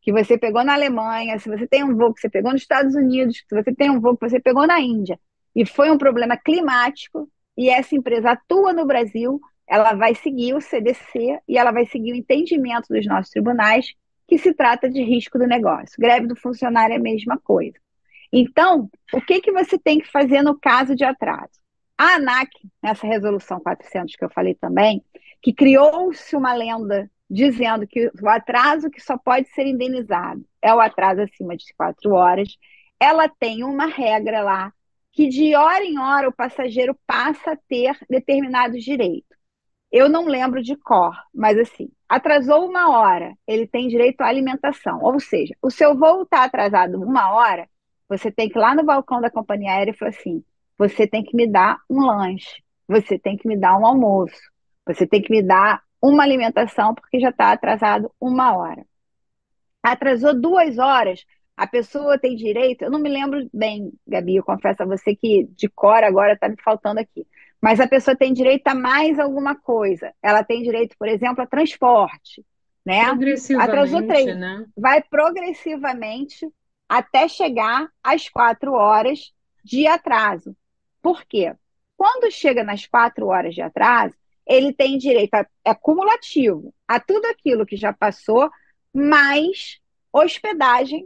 que você pegou na Alemanha, se você tem um voo que você pegou nos Estados Unidos, se você tem um voo que você pegou na Índia, e foi um problema climático, e essa empresa atua no Brasil, ela vai seguir o C D C e ela vai seguir o entendimento dos nossos tribunais que se trata de risco do negócio. Greve do funcionário é a mesma coisa. Então, o que, que você tem que fazer no caso de atraso? A ANAC, nessa resolução quatrocentos que eu falei também, que criou-se uma lenda dizendo que o atraso que só pode ser indenizado é o atraso acima de quatro horas, ela tem uma regra lá que de hora em hora o passageiro passa a ter determinados direitos. Eu não lembro de cor, mas assim, atrasou uma hora, ele tem direito à alimentação. Ou seja, o seu voo está atrasado uma hora, você tem que ir lá no balcão da companhia aérea e falar assim: você tem que me dar um lanche, você tem que me dar um almoço, você tem que me dar uma alimentação, porque já está atrasado uma hora. Atrasou duas horas, a pessoa tem direito, eu não me lembro bem, Gabi, eu confesso a você que de cor agora está me faltando aqui, mas a pessoa tem direito a mais alguma coisa. Ela tem direito, por exemplo, a transporte, né? Atrasou Progressivamente, três, né? vai progressivamente até chegar às quatro horas de atraso. Por quê? Quando chega nas quatro horas de atraso, ele tem direito a, é cumulativo a tudo aquilo que já passou, mais hospedagem,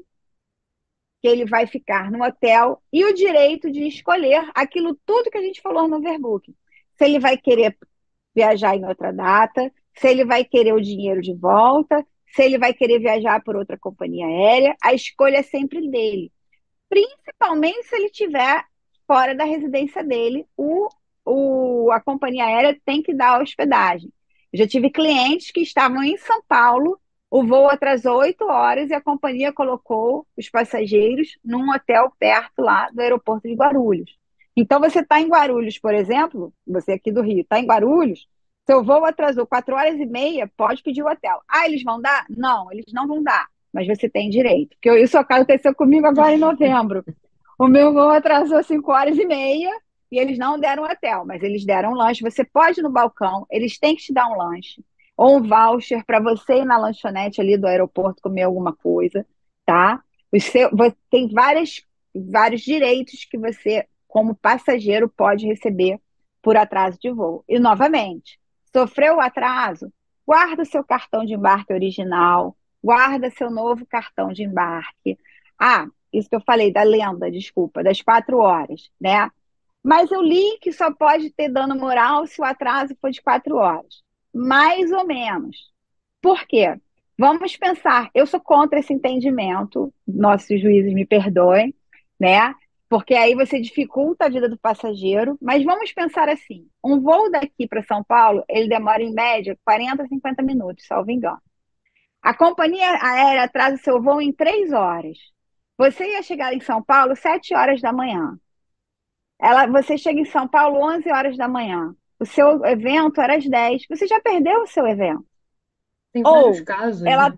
que ele vai ficar no hotel, e o direito de escolher aquilo tudo que a gente falou no overbooking. Se ele vai querer viajar em outra data, se ele vai querer o dinheiro de volta, se ele vai querer viajar por outra companhia aérea, a escolha é sempre dele. Principalmente se ele estiver fora da residência dele, o, o, a companhia aérea tem que dar a hospedagem. Eu já tive clientes que estavam em São Paulo, o voo atrasou oito horas e a companhia colocou os passageiros num hotel perto lá do aeroporto de Guarulhos. Então, você está em Guarulhos, por exemplo, você aqui do Rio, está em Guarulhos, seu voo atrasou quatro horas e meia, pode pedir o hotel. Ah, eles vão dar? Não, eles não vão dar, mas você tem direito. Porque isso aconteceu comigo agora em novembro. O meu voo atrasou cinco horas e meia e eles não deram hotel, mas eles deram um lanche. Você pode ir no balcão, eles têm que te dar um lanche ou um voucher para você ir na lanchonete ali do aeroporto comer alguma coisa, tá? O seu, tem várias, vários direitos que você, como passageiro, pode receber por atraso de voo. E, novamente, sofreu o atraso, guarda o seu cartão de embarque original, guarda seu novo cartão de embarque. Ah, isso que eu falei da lenda, desculpa, das quatro horas, né? Mas eu li que só pode ter dano moral se o atraso for de quatro horas. Mais ou menos. Por quê? Vamos pensar, eu sou contra esse entendimento, nossos juízes me perdoem, né? Porque aí você dificulta a vida do passageiro, mas vamos pensar assim, um voo daqui para São Paulo, ele demora em média quarenta, cinquenta minutos, salvo engano. A companhia aérea atrasa seu voo em três horas. Você ia chegar em São Paulo sete horas da manhã. Ela, você chega em São Paulo onze horas da manhã. O seu evento era às dez. Você já perdeu o seu evento. Tem vários Ou casos, ela né,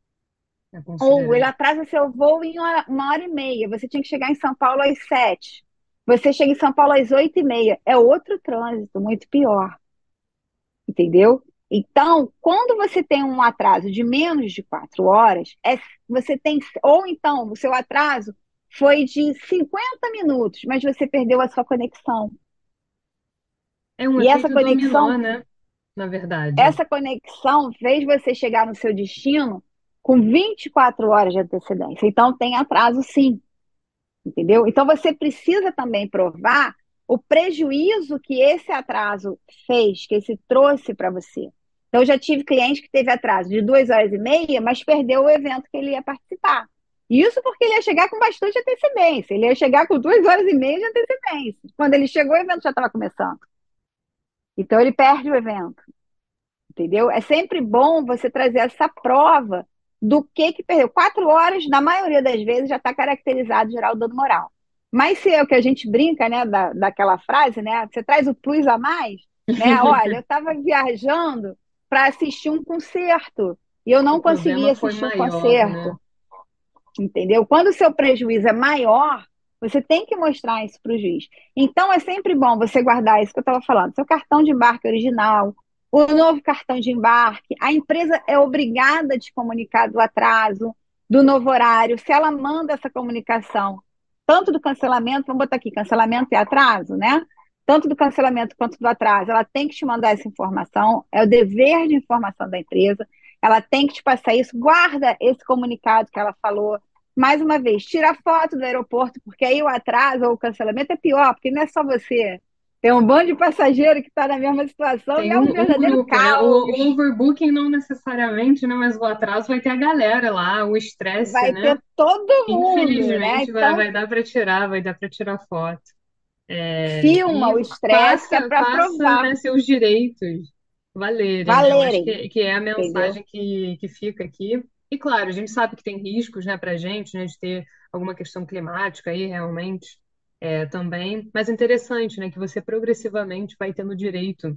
a ou ele considerar. atrasa seu voo em uma, uma hora e meia. Você tinha que chegar em São Paulo às sete. Você chega em São Paulo às oito e meia. É outro trânsito, muito pior. Entendeu? Então, quando você tem um atraso de menos de quatro horas, é, você tem. Ou então, o seu atraso foi de cinquenta minutos, mas você perdeu a sua conexão. É um E essa efeito dominó, conexão, né? Na verdade. essa conexão fez você chegar no seu destino com vinte e quatro horas de antecedência. Então, tem atraso, sim. Entendeu? Então você precisa também provar o prejuízo que esse atraso fez, que esse trouxe para você. Então, eu já tive cliente que teve atraso de duas horas e meia, mas perdeu o evento que ele ia participar. Isso porque ele ia chegar com bastante antecedência. Ele ia chegar com duas horas e meia de antecedência. Quando ele chegou, o evento já estava começando. Então, ele perde o evento. Entendeu? É sempre bom você trazer essa prova do que que perdeu. Quatro horas, na maioria das vezes, já está caracterizado geral dano moral. Mas se é o que a gente brinca, né, da, daquela frase, né? Você traz o plus a mais, né? Olha, eu estava viajando para assistir um concerto e eu O não consegui problema foi assistir o maior, né? concerto, entendeu? Quando o seu prejuízo é maior, você tem que mostrar isso para o juiz. Então, é sempre bom você guardar isso que eu estava falando, seu cartão de embarque original, o novo cartão de embarque, a empresa é obrigada a te comunicar do atraso, do novo horário, se ela manda essa comunicação, tanto do cancelamento, vamos botar aqui, cancelamento e atraso, né? Tanto do cancelamento quanto do atraso, ela tem que te mandar essa informação, é o dever de informação da empresa, ela tem que te passar isso, guarda esse comunicado que ela falou. Mais uma vez, tira foto do aeroporto, porque aí o atraso ou o cancelamento é pior, porque não é só você. Tem um bando de passageiro que está na mesma situação e Tem é um, um um verdadeiro grupo, né? O, o caos. overbooking não necessariamente, né? Mas o atraso vai ter a galera lá, o estresse, Vai né? ter todo mundo, né? Infelizmente vai, Então, vai dar para tirar, vai dar para tirar foto. É, filma e o estresse que é faça, para faça, provar, né, seus direitos valerem, né? Eu acho valerem, que, que é a entendeu? mensagem que, que fica aqui. E claro, a gente sabe que tem riscos, né, para a gente, né, de ter alguma questão climática aí, realmente, é, também. Mas é interessante, né, que você progressivamente vai tendo direito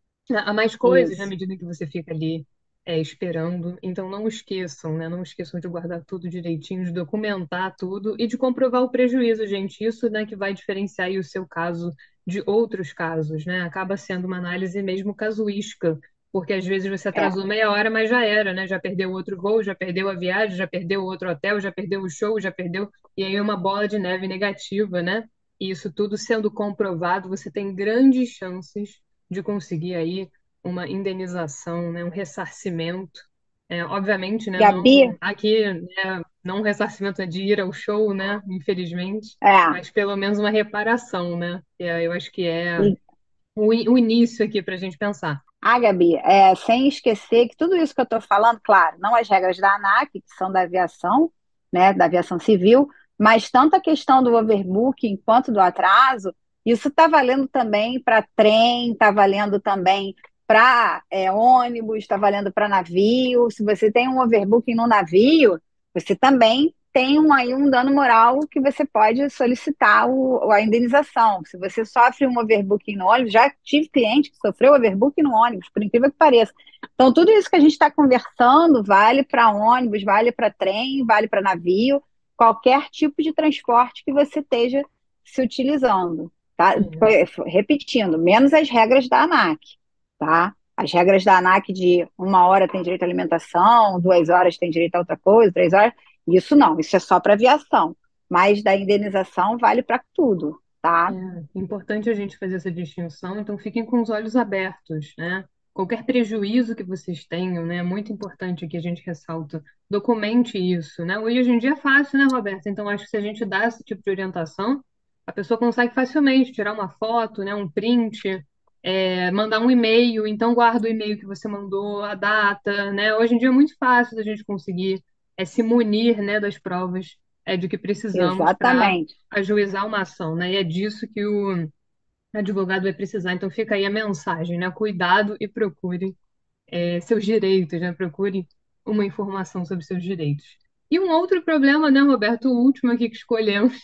há mais coisas na Isso. medida que você fica ali é, esperando. Então não esqueçam, né? Não esqueçam de guardar tudo direitinho, de documentar tudo e de comprovar o prejuízo, gente. Isso, né, que vai diferenciar aí o seu caso de outros casos, né? Acaba sendo uma análise mesmo casuística, porque às vezes você É. atrasou meia hora, mas já era, né? Já perdeu outro voo, já perdeu a viagem, já perdeu outro hotel, já perdeu o show, já perdeu. E aí é uma bola de neve negativa, né? E isso tudo sendo comprovado, você tem grandes chances de conseguir aí uma indenização, né, um ressarcimento. É, obviamente, né, Gabi, não aqui, né, não um ressarcimento de ir ao show, né, infelizmente, é. mas pelo menos uma reparação, né? Que é, eu acho que é E, o, i- o início aqui para a gente pensar. ah, Gabi, é, sem esquecer que tudo isso que eu estou falando, claro, não as regras da ANAC, que são da aviação, né, da aviação civil, mas tanto a questão do overbooking quanto do atraso, isso está valendo também para trem, está valendo também para ônibus, está valendo para navio. Se você tem um overbooking no navio, você também tem um, aí um dano moral que você pode solicitar o, a indenização. Se você sofre um overbooking no ônibus, já tive cliente que sofreu overbooking no ônibus, por incrível que pareça. Então, tudo isso que a gente está conversando vale para ônibus, vale para trem, vale para navio, qualquer tipo de transporte que você esteja se utilizando. Tá? Isso. Repetindo, menos as regras da ANAC, tá? As regras da ANAC de uma hora tem direito à alimentação, duas horas tem direito a outra coisa, três horas. Isso não, isso é só para aviação. Mas da indenização vale para tudo, tá? É importante a gente fazer essa distinção, então fiquem com os olhos abertos, né? Qualquer prejuízo que vocês tenham, né? É muito importante que a gente ressalta. Documente isso, né? Hoje em dia é fácil, né, Roberta? Então acho que se a gente dá esse tipo de orientação, a pessoa consegue facilmente tirar uma foto, né? Um print, é, mandar um e-mail, então guarda o e-mail que você mandou, a data, né? Hoje em dia é muito fácil da gente conseguir é, se munir, né, das provas é, de que precisamos para Exatamente. ajuizar uma ação, né? E é disso que o advogado vai precisar. Então fica aí a mensagem, né? Cuidado e procure é, seus direitos, né? Procure uma informação sobre seus direitos. E um outro problema, né, Roberto, o último aqui que escolhemos,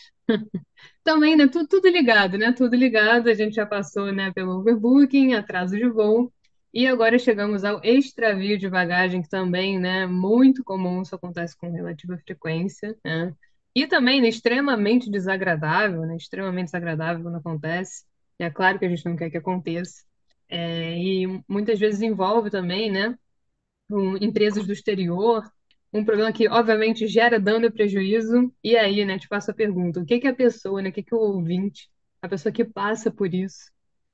também, né? Tudo, tudo ligado, né? Tudo ligado. A gente já passou, né, pelo overbooking, atraso de voo. E agora chegamos ao extravio de bagagem, que também, né, muito comum, isso acontece com relativa frequência, né? E também, né, extremamente desagradável, né? Extremamente desagradável quando acontece. E é claro que a gente não quer que aconteça. É, e muitas vezes envolve também, né, com empresas do exterior, um problema que obviamente gera dano e prejuízo. E aí, né, te faço a pergunta: o que que a pessoa, né, o que que o ouvinte, a pessoa que passa por isso,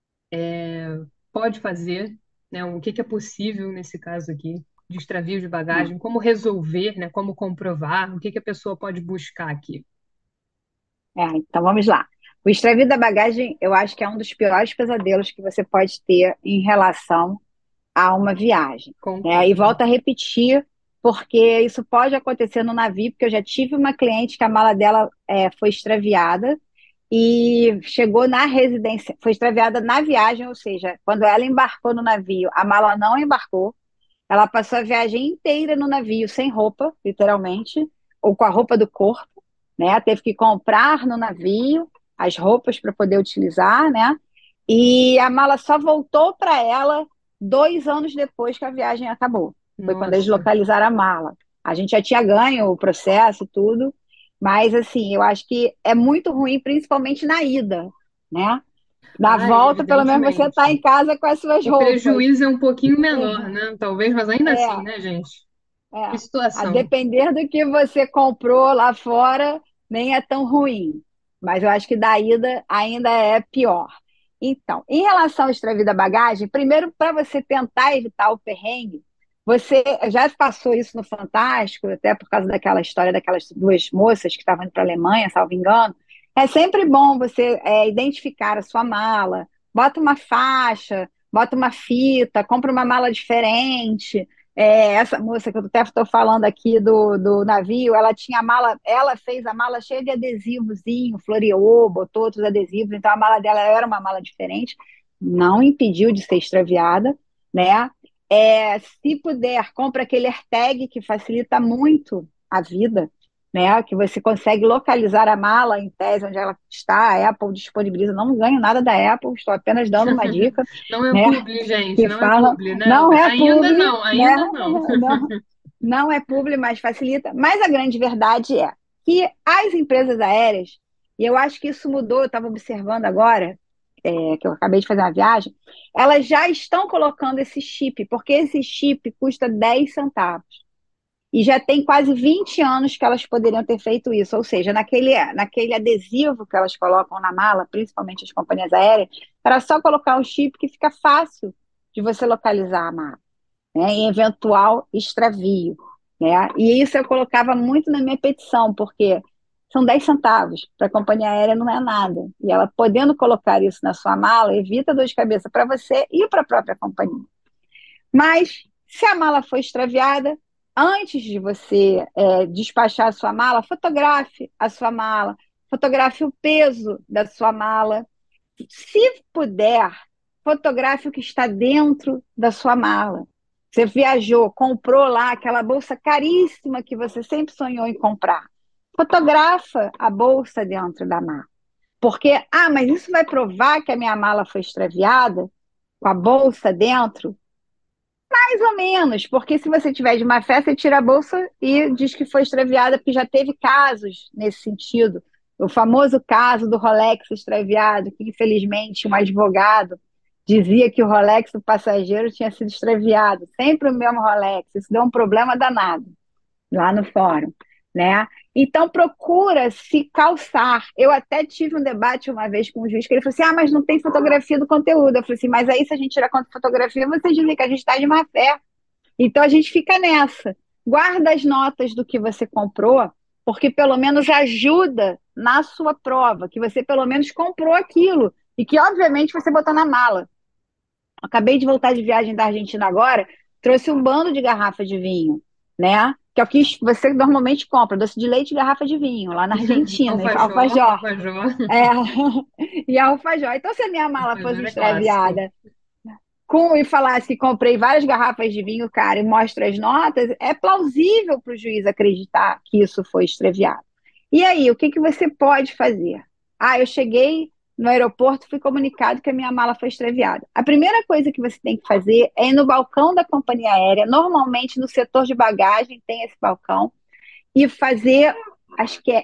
pode fazer, né? O que que é possível nesse caso aqui de extravio de bagagem? Como resolver, né? Como comprovar? O que que a pessoa pode buscar aqui? É, então vamos lá. O extravio da bagagem, eu acho que é um dos piores pesadelos que você pode ter em relação a uma viagem. Né? E Concordo. volto a repetir, porque isso pode acontecer no navio, porque eu já tive uma cliente que a mala dela é, foi extraviada e chegou na residência, foi extraviada na viagem, ou seja, quando ela embarcou no navio, a mala não embarcou, ela passou a viagem inteira no navio sem roupa, literalmente, ou com a roupa do corpo, né? Teve que comprar no navio as roupas para poder utilizar, né? E a mala só voltou para ela dois anos depois que a viagem acabou. Foi quando eles Nossa. localizaram a mala. A gente já tinha ganho o processo e tudo, mas assim, eu acho que é muito ruim, principalmente na ida, né? Na Ah, volta, pelo menos você está evidentemente. em casa com as suas O roupas. prejuízo é um pouquinho menor, né? Talvez, mas ainda assim, É, né, gente? Que É, a situação. depender do que você comprou lá fora, nem é tão ruim. Mas eu acho que da ida ainda é pior. Então, em relação ao extravio da bagagem, primeiro, para você tentar evitar o perrengue, você já passou isso no Fantástico, até por causa daquela história daquelas duas moças que estavam indo para a Alemanha, salvo engano. É sempre bom você é, identificar a sua mala, bota uma faixa, bota uma fita, compra uma mala diferente. É, essa moça que eu até estou falando aqui do, do navio, ela tinha a mala, ela fez a mala cheia de adesivozinho, floreou, botou outros adesivos, então a mala dela era uma mala diferente, não impediu de ser extraviada, né? É, se puder, compra aquele AirTag que facilita muito a vida, né? Que você consegue localizar a mala em tese onde ela está, a Apple disponibiliza, não ganho nada da Apple, estou apenas dando uma dica, Não é né? publi, gente, Que não é fala, publi, né, não Roberto? é Ainda publi, não, né? ainda não. Não, não é publi, mas facilita. Mas a grande verdade é que as empresas aéreas, e eu acho que isso mudou, eu estava observando agora, é, que eu acabei de fazer uma viagem, elas já estão colocando esse chip, porque esse chip custa dez centavos. E já tem quase vinte anos que elas poderiam ter feito isso. Ou seja, naquele, naquele adesivo que elas colocam na mala, principalmente as companhias aéreas, era só colocar um chip que fica fácil de você localizar a mala, né, em eventual extravio. Né? E isso eu colocava muito na minha petição, porque são dez centavos, para a companhia aérea não é nada. E ela podendo colocar isso na sua mala, evita dor de cabeça para você e para a própria companhia. Mas, se a mala foi extraviada, antes de você é, despachar a sua mala, fotografe a sua mala, fotografe o peso da sua mala. Se puder, fotografe o que está dentro da sua mala. Você viajou, comprou lá aquela bolsa caríssima que você sempre sonhou em comprar. Fotografa a bolsa dentro da mala. Porque, ah, mas isso vai provar que a minha mala foi extraviada, com a bolsa dentro? Mais ou menos, porque se você tiver de má fé, você tira a bolsa e diz que foi extraviada, porque já teve casos nesse sentido. O famoso caso do Rolex extraviado, que infelizmente um advogado dizia que o Rolex do passageiro tinha sido extraviado, sempre o mesmo Rolex. Isso deu um problema danado lá no fórum, né? Então procura se calçar. Eu até tive um debate uma vez com um juiz que ele falou assim: ah, mas não tem fotografia do conteúdo. Eu falei assim, mas aí se a gente tirar conta de fotografia, você dizem que a gente está de má fé. Então a gente fica nessa. Guarda as notas do que você comprou, porque pelo menos ajuda na sua prova, que você pelo menos comprou aquilo e que obviamente você botou na mala. Acabei de voltar de viagem da Argentina agora, trouxe um bando de garrafa de vinho, né? Que é o que você normalmente compra, doce de leite e garrafa de vinho, lá na Argentina, e Alfajor, alfajor. alfajor. É, e alfajor. Então, se a minha mala fosse Alfajor é clássico. extraviada com, e falasse que comprei várias garrafas de vinho, cara, e mostra as notas, é plausível para o juiz acreditar que isso foi extraviado. E aí, o que, que você pode fazer? Ah, eu cheguei no aeroporto, fui comunicado que a minha mala foi extraviada. A primeira coisa que você tem que fazer é ir no balcão da companhia aérea, normalmente no setor de bagagem tem esse balcão, e fazer, acho que é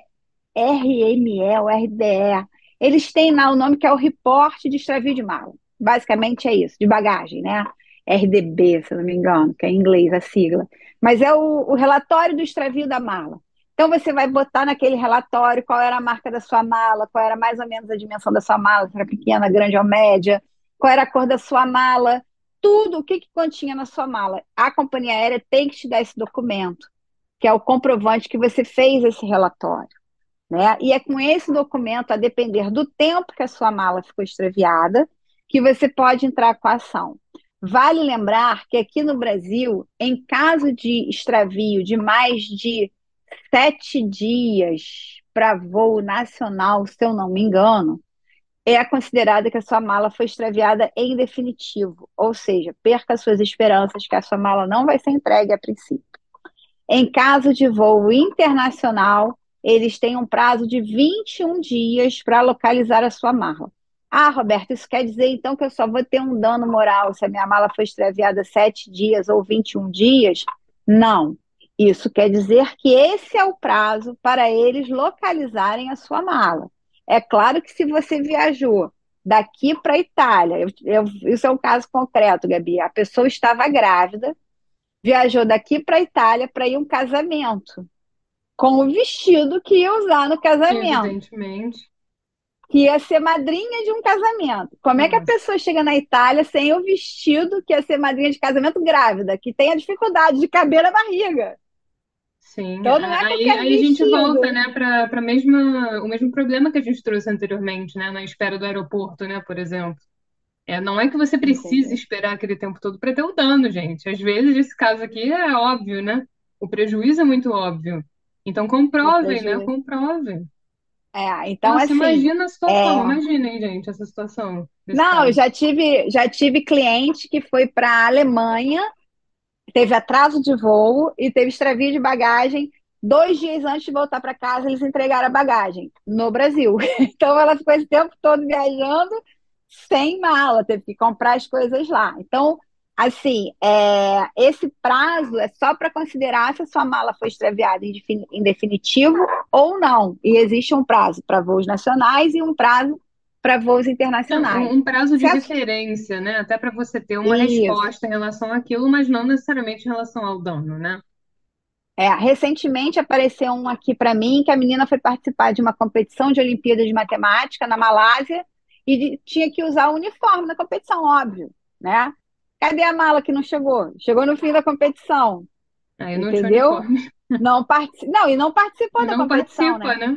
R M E ou R D E. Eles têm lá o nome que é o reporte de extravio de mala. Basicamente é isso, de bagagem, né? R D B, se eu não me engano, que é em inglês a sigla. Mas é o, o relatório do extravio da mala. Então você vai botar naquele relatório qual era a marca da sua mala, qual era mais ou menos a dimensão da sua mala, se era pequena, grande ou média, qual era a cor da sua mala, tudo o que, que continha na sua mala. A companhia aérea tem que te dar esse documento, que é o comprovante que você fez esse relatório. Né? E é com esse documento, a depender do tempo que a sua mala ficou extraviada, que você pode entrar com a ação. Vale lembrar que aqui no Brasil, em caso de extravio de mais de sete dias para voo nacional, se eu não me engano, é considerada que a sua mala foi extraviada em definitivo, ou seja, perca suas esperanças que a sua mala não vai ser entregue a princípio. Em caso de voo internacional, eles têm um prazo de vinte e um dias para localizar a sua mala. Ah, Roberto, isso quer dizer então que eu só vou ter um dano moral se a minha mala foi extraviada sete dias ou vinte e um dias? Não. Isso quer dizer que esse é o prazo para eles localizarem a sua mala. É claro que se você viajou daqui para a Itália, eu, eu, isso é um caso concreto, Gabi, a pessoa estava grávida, viajou daqui para a Itália para ir a um casamento, com o vestido que ia usar no casamento, Evidentemente. que ia ser madrinha de um casamento. Como é que a Nossa. pessoa chega na Itália sem o vestido que ia ser madrinha de casamento grávida, que tem a dificuldade de caber na barriga? Sim, Então não é aí, qualquer aí a gente volta, vestido. né, para para mesma o mesmo problema que a gente trouxe anteriormente, né, na espera do aeroporto, né, por exemplo. É, não é que você precise Entendeu? esperar aquele tempo todo para ter o dano, gente. Às vezes esse caso aqui é óbvio, né? O prejuízo é muito óbvio. Então O comprovem, né? prejuízo. Comprovem. É, então Nossa, assim, imagina a situação, é, imaginem, gente, essa situação desse não, eu caso. já tive, já tive cliente que foi para a Alemanha, teve atraso de voo e teve extravio de bagagem. Dois dias antes de voltar para casa, eles entregaram a bagagem no Brasil. Então, ela ficou esse tempo todo viajando sem mala, teve que comprar as coisas lá. Então, assim, é, esse prazo é só para considerar se a sua mala foi extraviada em, defini- em definitivo ou não. E existe um prazo para voos nacionais e um prazo para voos Não, internacionais. um, um prazo Se de a- referência, né? Até para você ter uma Isso. resposta em relação àquilo, mas não necessariamente em relação ao dano, né? É, recentemente apareceu um aqui para mim que a menina foi participar de uma competição de Olimpíadas de Matemática na Malásia e de- tinha que usar o uniforme na competição, óbvio, né? Cadê a mala que não chegou? Chegou no fim da competição, Aí não tinha entendeu? uniforme. Não, partici... não, e não E participou da não competição, participa, né? né?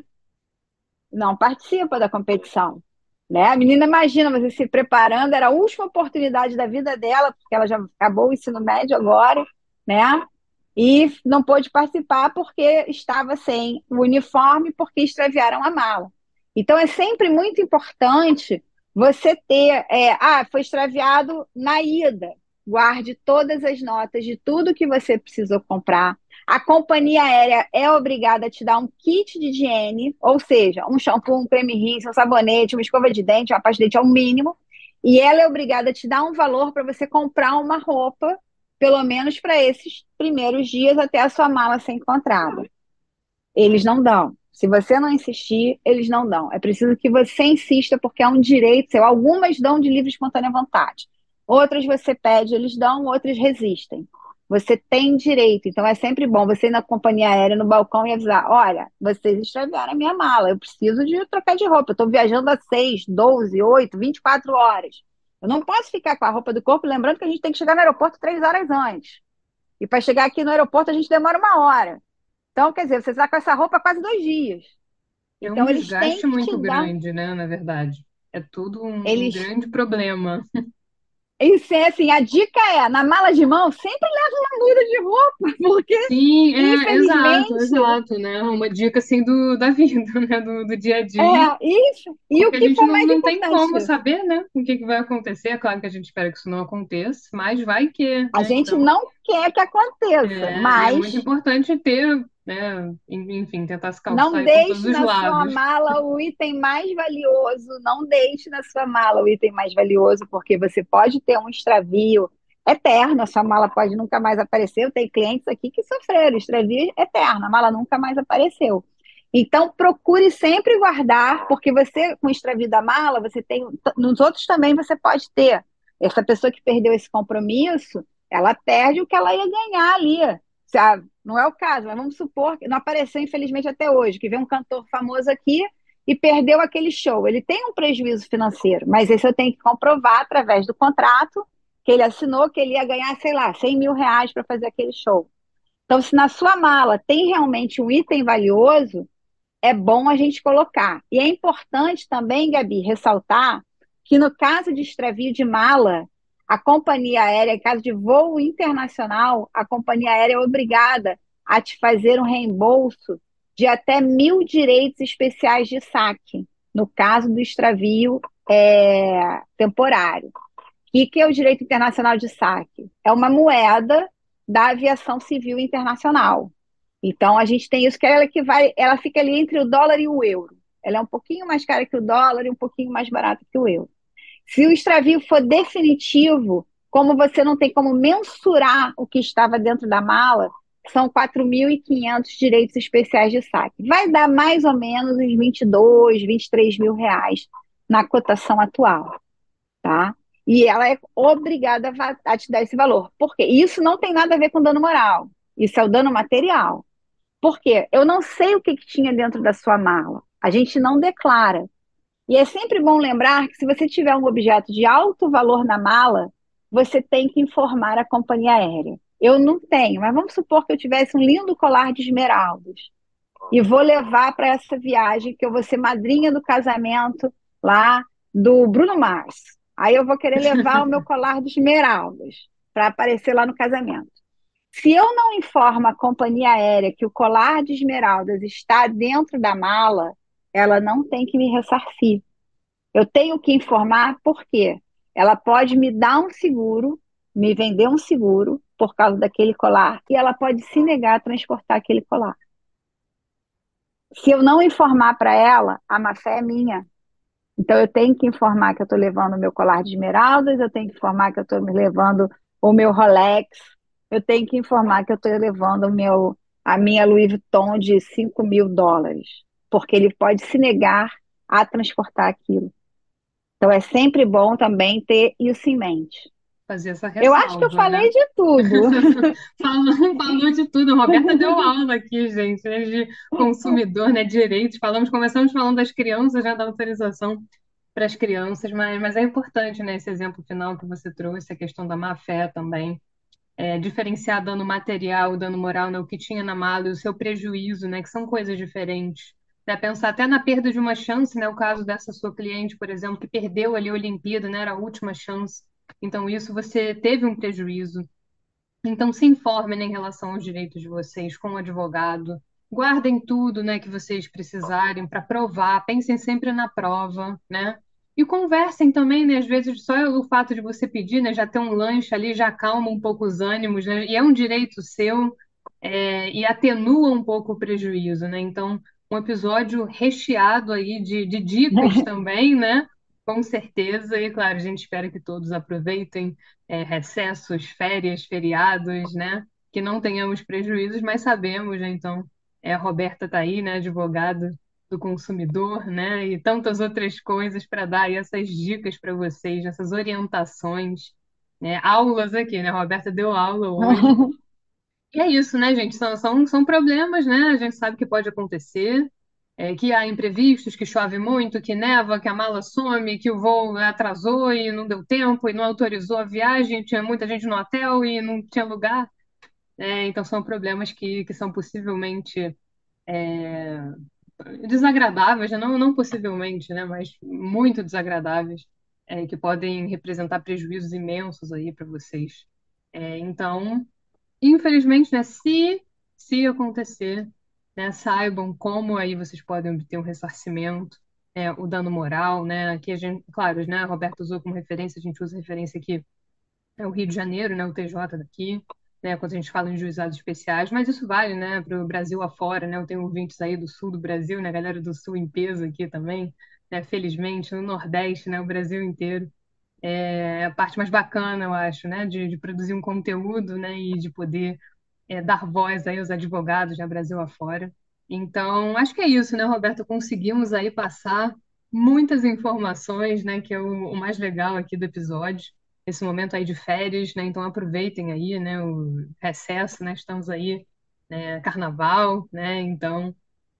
Não participa da competição, né? A menina, imagina, você se preparando, era a última oportunidade da vida dela, porque ela já acabou o ensino médio agora, né? E não pôde participar porque estava sem o uniforme, porque extraviaram a mala. Então é sempre muito importante você ter, é, ah, foi extraviado na ida. Guarde todas as notas de tudo que você precisou comprar. A companhia aérea é obrigada a te dar um kit de higiene, ou seja, um shampoo, um creme rinse, um sabonete, uma escova de dente, uma pasta de dente, é o mínimo. E ela é obrigada a te dar um valor para você comprar uma roupa, pelo menos para esses primeiros dias até a sua mala ser encontrada. Eles não dão. Se você não insistir, eles não dão. É preciso que você insista, porque é um direito seu. Algumas dão de livre e espontânea vontade. Outras você pede, eles dão, outras resistem. Você tem direito. Então é sempre bom você ir na companhia aérea, no balcão e avisar: olha, vocês extraviaram a minha mala. Eu preciso de trocar de roupa. Eu estou viajando há seis, doze, oito, vinte e quatro horas. Eu não posso ficar com a roupa do corpo, lembrando que a gente tem que chegar no aeroporto três horas antes. E para chegar aqui no aeroporto a gente demora uma hora. Então, quer dizer, você está com essa roupa há quase dois dias. É um Então, eles têm desgaste que te muito dar. grande, né? Na verdade. É tudo um, um Eles. grande problema. Isso é assim, a dica é, na mala de mão, sempre leva uma muda de roupa, porque, Sim, é, exato, infelizmente, exato, né? Uma dica assim do, da vida, né? Do, do dia a dia. é isso. E o Porque a que gente for não, mais não tem importante, como saber, né? O que que vai acontecer. É claro que a gente espera que isso não aconteça, mas vai que, a né? gente Então, não quer que aconteça, é, e é muito mas importante ter, né? Enfim, tentar se calçar não aí por todos deixe os na sua lados. mala o item mais valioso, não deixe na sua mala o item mais valioso, porque você pode ter um extravio eterno, a sua mala pode nunca mais aparecer. Eu tenho clientes aqui que sofreram extravio eterno, a mala nunca mais apareceu. Então, procure sempre guardar, porque você, com o extravio da mala, você tem, nos outros também você pode ter. Essa pessoa que perdeu esse compromisso, ela perde o que ela ia ganhar ali. Sabe? Não é o caso, mas vamos supor que não apareceu, infelizmente, até hoje, que vem um cantor famoso aqui e perdeu aquele show. Ele tem um prejuízo financeiro, mas esse eu tenho que comprovar através do contrato que ele assinou que ele ia ganhar, sei lá, cem mil reais para fazer aquele show. Então, se na sua mala tem realmente um item valioso, é bom a gente colocar. E é importante também, Gabi, ressaltar que no caso de extravio de mala, a companhia aérea, em caso de voo internacional, a companhia aérea é obrigada a te fazer um reembolso de até mil direitos especiais de saque, no caso do extravio é, temporário. E que é o direito internacional de saque? É uma moeda da aviação civil internacional. Então, a gente tem isso que ela equivale, ela fica ali entre o dólar e o euro. Ela é um pouquinho mais cara que o dólar e um pouquinho mais barata que o euro. Se o extravio for definitivo, como você não tem como mensurar o que estava dentro da mala, são quatro mil e quinhentos direitos especiais de saque. Vai dar mais ou menos uns vinte e dois, vinte e três mil reais na cotação atual, tá? E ela é obrigada a va- a te dar esse valor. Por quê? E isso não tem nada a ver com dano moral. Isso é o dano material. Por quê? Eu não sei o que que tinha dentro da sua mala. A gente não declara. E é sempre bom lembrar que se você tiver um objeto de alto valor na mala, você tem que informar a companhia aérea. Eu não tenho, mas vamos supor que eu tivesse um lindo colar de esmeraldas e vou levar para essa viagem que eu vou ser madrinha do casamento lá do Bruno Mars. Aí eu vou querer levar o meu colar de esmeraldas para aparecer lá no casamento. Se eu não informo a companhia aérea que o colar de esmeraldas está dentro da mala, ela não tem que me ressarcir. Eu tenho que informar porque ela pode me dar um seguro, me vender um seguro por causa daquele colar, e ela pode se negar a transportar aquele colar. Se eu não informar para ela, a má-fé é minha. Então eu tenho que informar que eu estou levando o meu colar de esmeraldas, eu tenho que informar que eu estou me levando o meu Rolex, eu tenho que informar que eu estou levando o meu, a minha Louis Vuitton de cinco mil dólares, porque ele pode se negar a transportar aquilo. Então é sempre bom também ter isso em mente. Fazer essa Eu acho que eu ressalva, né? falei de tudo. Falou, falou de tudo. A Roberta deu aula aqui, gente, né, de consumidor, né, direitos. Falamos, começamos falando das crianças, né, da autorização para as crianças, mas, mas é importante, né, esse exemplo final que você trouxe, a questão da má-fé também. É, diferenciar dano material, dano moral, né, o que tinha na mala e o seu prejuízo, né, que são coisas diferentes. Né, pensar até na perda de uma chance, né, o caso dessa sua cliente, por exemplo, que perdeu ali a Olimpíada, né, era a última chance. Então, isso você teve um prejuízo. Então, se informem, né, em relação aos direitos de vocês com o advogado. Guardem tudo, né, que vocês precisarem para provar. Pensem sempre na prova, né? E conversem também, né? Às vezes, só o fato de você pedir, né, já ter um lanche ali, já acalma um pouco os ânimos, né? E é um direito seu, é, e atenua um pouco o prejuízo, né? Então, um episódio recheado aí de, de dicas também, né? Com certeza. E, claro, a gente espera que todos aproveitem é, recessos, férias, feriados, né? Que não tenhamos prejuízos, mas sabemos, né? Então, é, a Roberta está aí, né? Advogada do consumidor, né? E tantas outras coisas para dar aí essas dicas para vocês, essas orientações, né? Aulas aqui, né? A Roberta deu aula hoje. E é isso, né, gente? São, são, são problemas, né? A gente sabe que pode acontecer, é, que há imprevistos, que chove muito, que neva, que a mala some, que o voo atrasou e não deu tempo e não autorizou a viagem, tinha muita gente no hotel e não tinha lugar. Né? Então são problemas que, que são possivelmente é, desagradáveis, né? Não, não possivelmente, né? Mas muito desagradáveis, é, que podem representar prejuízos imensos aí para vocês. É, então infelizmente, né, se, se acontecer, né, saibam como aí vocês podem obter um ressarcimento, é, o dano moral, né, aqui a gente, claro, né, a Roberta usou como referência, a gente usa referência aqui, é o Rio de Janeiro, né, o T J daqui, né, quando a gente fala em juizados especiais, mas isso vale, né, para o Brasil afora, né, eu tenho ouvintes aí do sul do Brasil, né, a galera do sul em peso aqui também, né, felizmente, no Nordeste, né, o Brasil inteiro, é a parte mais bacana, eu acho, né, de, de produzir um conteúdo, né, e de poder é, dar voz aí aos advogados, né, Brasil afora. Então, acho que é isso, né, Roberto? Conseguimos aí passar muitas informações, né, que é o, o mais legal aqui do episódio. Esse momento aí de férias, né? Então aproveitem aí, né, o recesso, né? Estamos aí, né, carnaval, né? Então,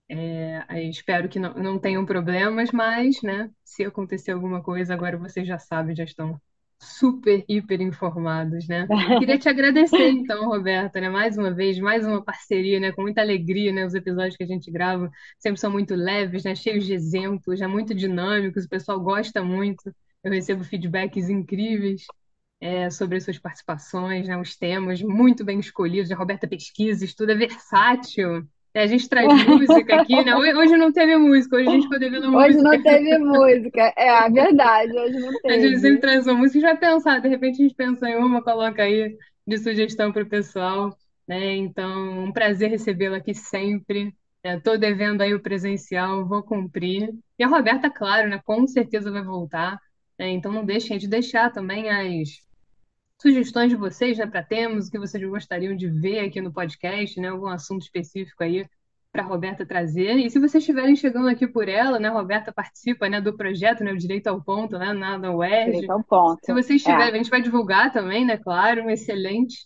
é, aí espero que não, não tenham problemas, mas, né, se acontecer alguma coisa, agora vocês já sabem, já estão super, hiper informados, né? Queria te agradecer, então, Roberta, né, mais uma vez, mais uma parceria, né, com muita alegria, né, os episódios que a gente grava sempre são muito leves, né, cheios de exemplos, já muito dinâmicos, o pessoal gosta muito, eu recebo feedbacks incríveis, é, sobre as suas participações, né, os temas muito bem escolhidos, a Roberta pesquisa, estuda, é versátil, é, a gente traz música aqui, né? Hoje hoje não teve música, hoje a gente ficou devendo Hoje música. não teve música. É a verdade, hoje não A gente sempre teve. traz uma música, a gente vai pensar, de repente a gente pensa em uma, coloca aí de sugestão para o pessoal, né? Então, um prazer recebê-la aqui sempre. Estou devendo aí o presencial, vou cumprir. E a Roberta, claro, né? Com certeza vai voltar. Né? Então, não deixem de deixar também as sugestões de vocês, né, para temas, o que vocês gostariam de ver aqui no podcast, né? Algum assunto específico aí para a Roberta trazer. E se vocês estiverem chegando aqui por ela, né, a Roberta participa, né, do projeto, né, o Direito ao Ponto, né, na, na U E R J. Direito ao Se ponto. vocês É. tiverem, a gente vai divulgar também, né, claro, excelente.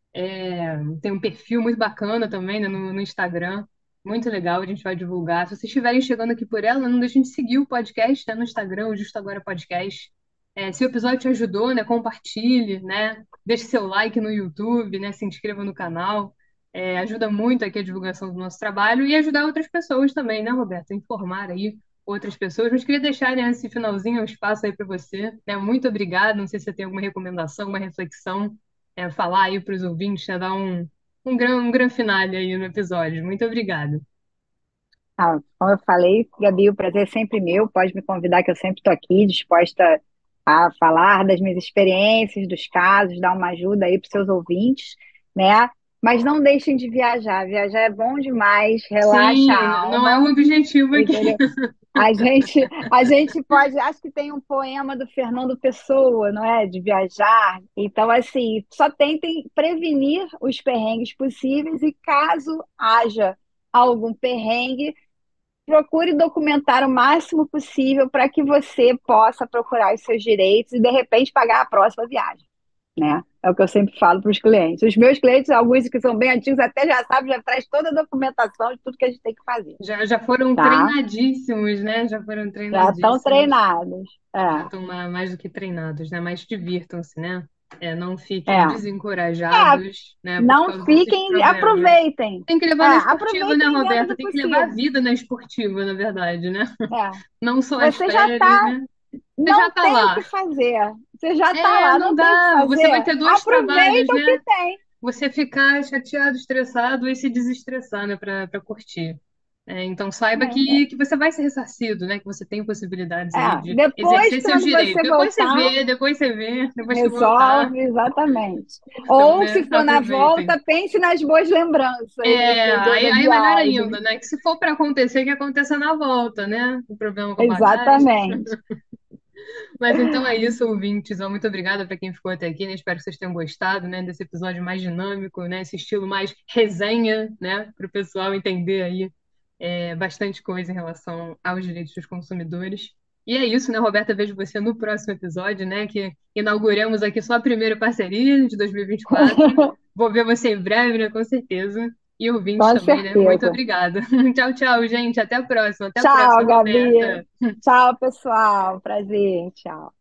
É, tem um perfil muito bacana também, né, no, no Instagram, muito legal, a gente vai divulgar. Se vocês estiverem chegando aqui por ela, não deixem de seguir o podcast, né, no Instagram, o Justo Agora Podcast. É, se o episódio te ajudou, né, compartilhe, né, deixe seu like no YouTube, né, se inscreva no canal. É, ajuda muito aqui a divulgação do nosso trabalho e ajudar outras pessoas também, né, Roberta? Informar aí outras pessoas. Mas queria deixar, né, esse finalzinho, um espaço aí para você. Né? Muito obrigada. Não sei se você tem alguma recomendação, uma reflexão, é, falar aí para os ouvintes, né, dar um, um gran, um gran finale aí no episódio. Muito obrigada. Ah, como eu falei, Gabi, o prazer é sempre meu. Pode me convidar, que eu sempre estou aqui, disposta a falar das minhas experiências, dos casos, dar uma ajuda aí para os seus ouvintes, né? Mas não deixem de viajar. Viajar é bom demais, relaxa Sim, a não é o alma, objetivo aqui. entendeu? A gente, a gente pode, acho que tem um poema do Fernando Pessoa, não é? De viajar. Então, assim, só tentem prevenir os perrengues possíveis e caso haja algum perrengue, procure documentar o máximo possível para que você possa procurar os seus direitos e, de repente, pagar a próxima viagem, né? É o que eu sempre falo para os clientes. Os meus clientes, alguns que são bem antigos, até já sabem, já traz toda a documentação de tudo que a gente tem que fazer, Já, já foram tá? treinadíssimos, né? Já foram Já estão treinadíssimos. treinados. Já É, estão ma- mais do que treinados, né? Mas divirtam-se, né? É, não fiquem é. É, desencorajados, né? Por não causa desses fiquem, problemas. aproveitem. Tem que É, levar na esportiva, né, aproveitem dentro Roberta? do Tem que levar a possível. vida na esportiva, na verdade, né? É. Não só as Você já férias, está, né? Você já não tá tem o que lá. fazer. Você já está É, lá, não não tem o que dá. Você vai fazer. ter dois trabalhos, Aproveita o que né? tem. Você ficar chateado, estressado e se desestressar, né, para para curtir. É, então saiba que, que você vai ser ressarcido, né? Que você tem possibilidades É, aí é. de Depois, exercer seus quando direitos. você Depois você voltar, vê, depois você vê, depois que voltar, resolve exatamente. curtam, Ou, né? se for na Aproveitem. volta, pense nas boas lembranças, É, entendeu? aí, Da aí é melhor ainda, viagem. né? Que se for para acontecer, que aconteça na volta, né? O problema com a bagagem. Exatamente. Mas então é isso, ouvintes. Ó, muito obrigada para quem ficou até aqui, né? Espero que vocês tenham gostado, né, desse episódio mais dinâmico, né? Esse estilo mais resenha, né? Para o pessoal entender aí é, bastante coisa em relação aos direitos dos consumidores. E é isso, né, Roberta? Vejo você no próximo episódio, né? Que inauguramos aqui só a primeira parceria de dois mil e vinte e quatro. Vou ver você em breve, né? Com certeza. E ouvintes Com também, né? Muito certeza. obrigada. Tchau, tchau, gente. Até a próxima. Até a Tchau, próxima, Gabi. Roberta. Tchau, pessoal. Prazer. Tchau.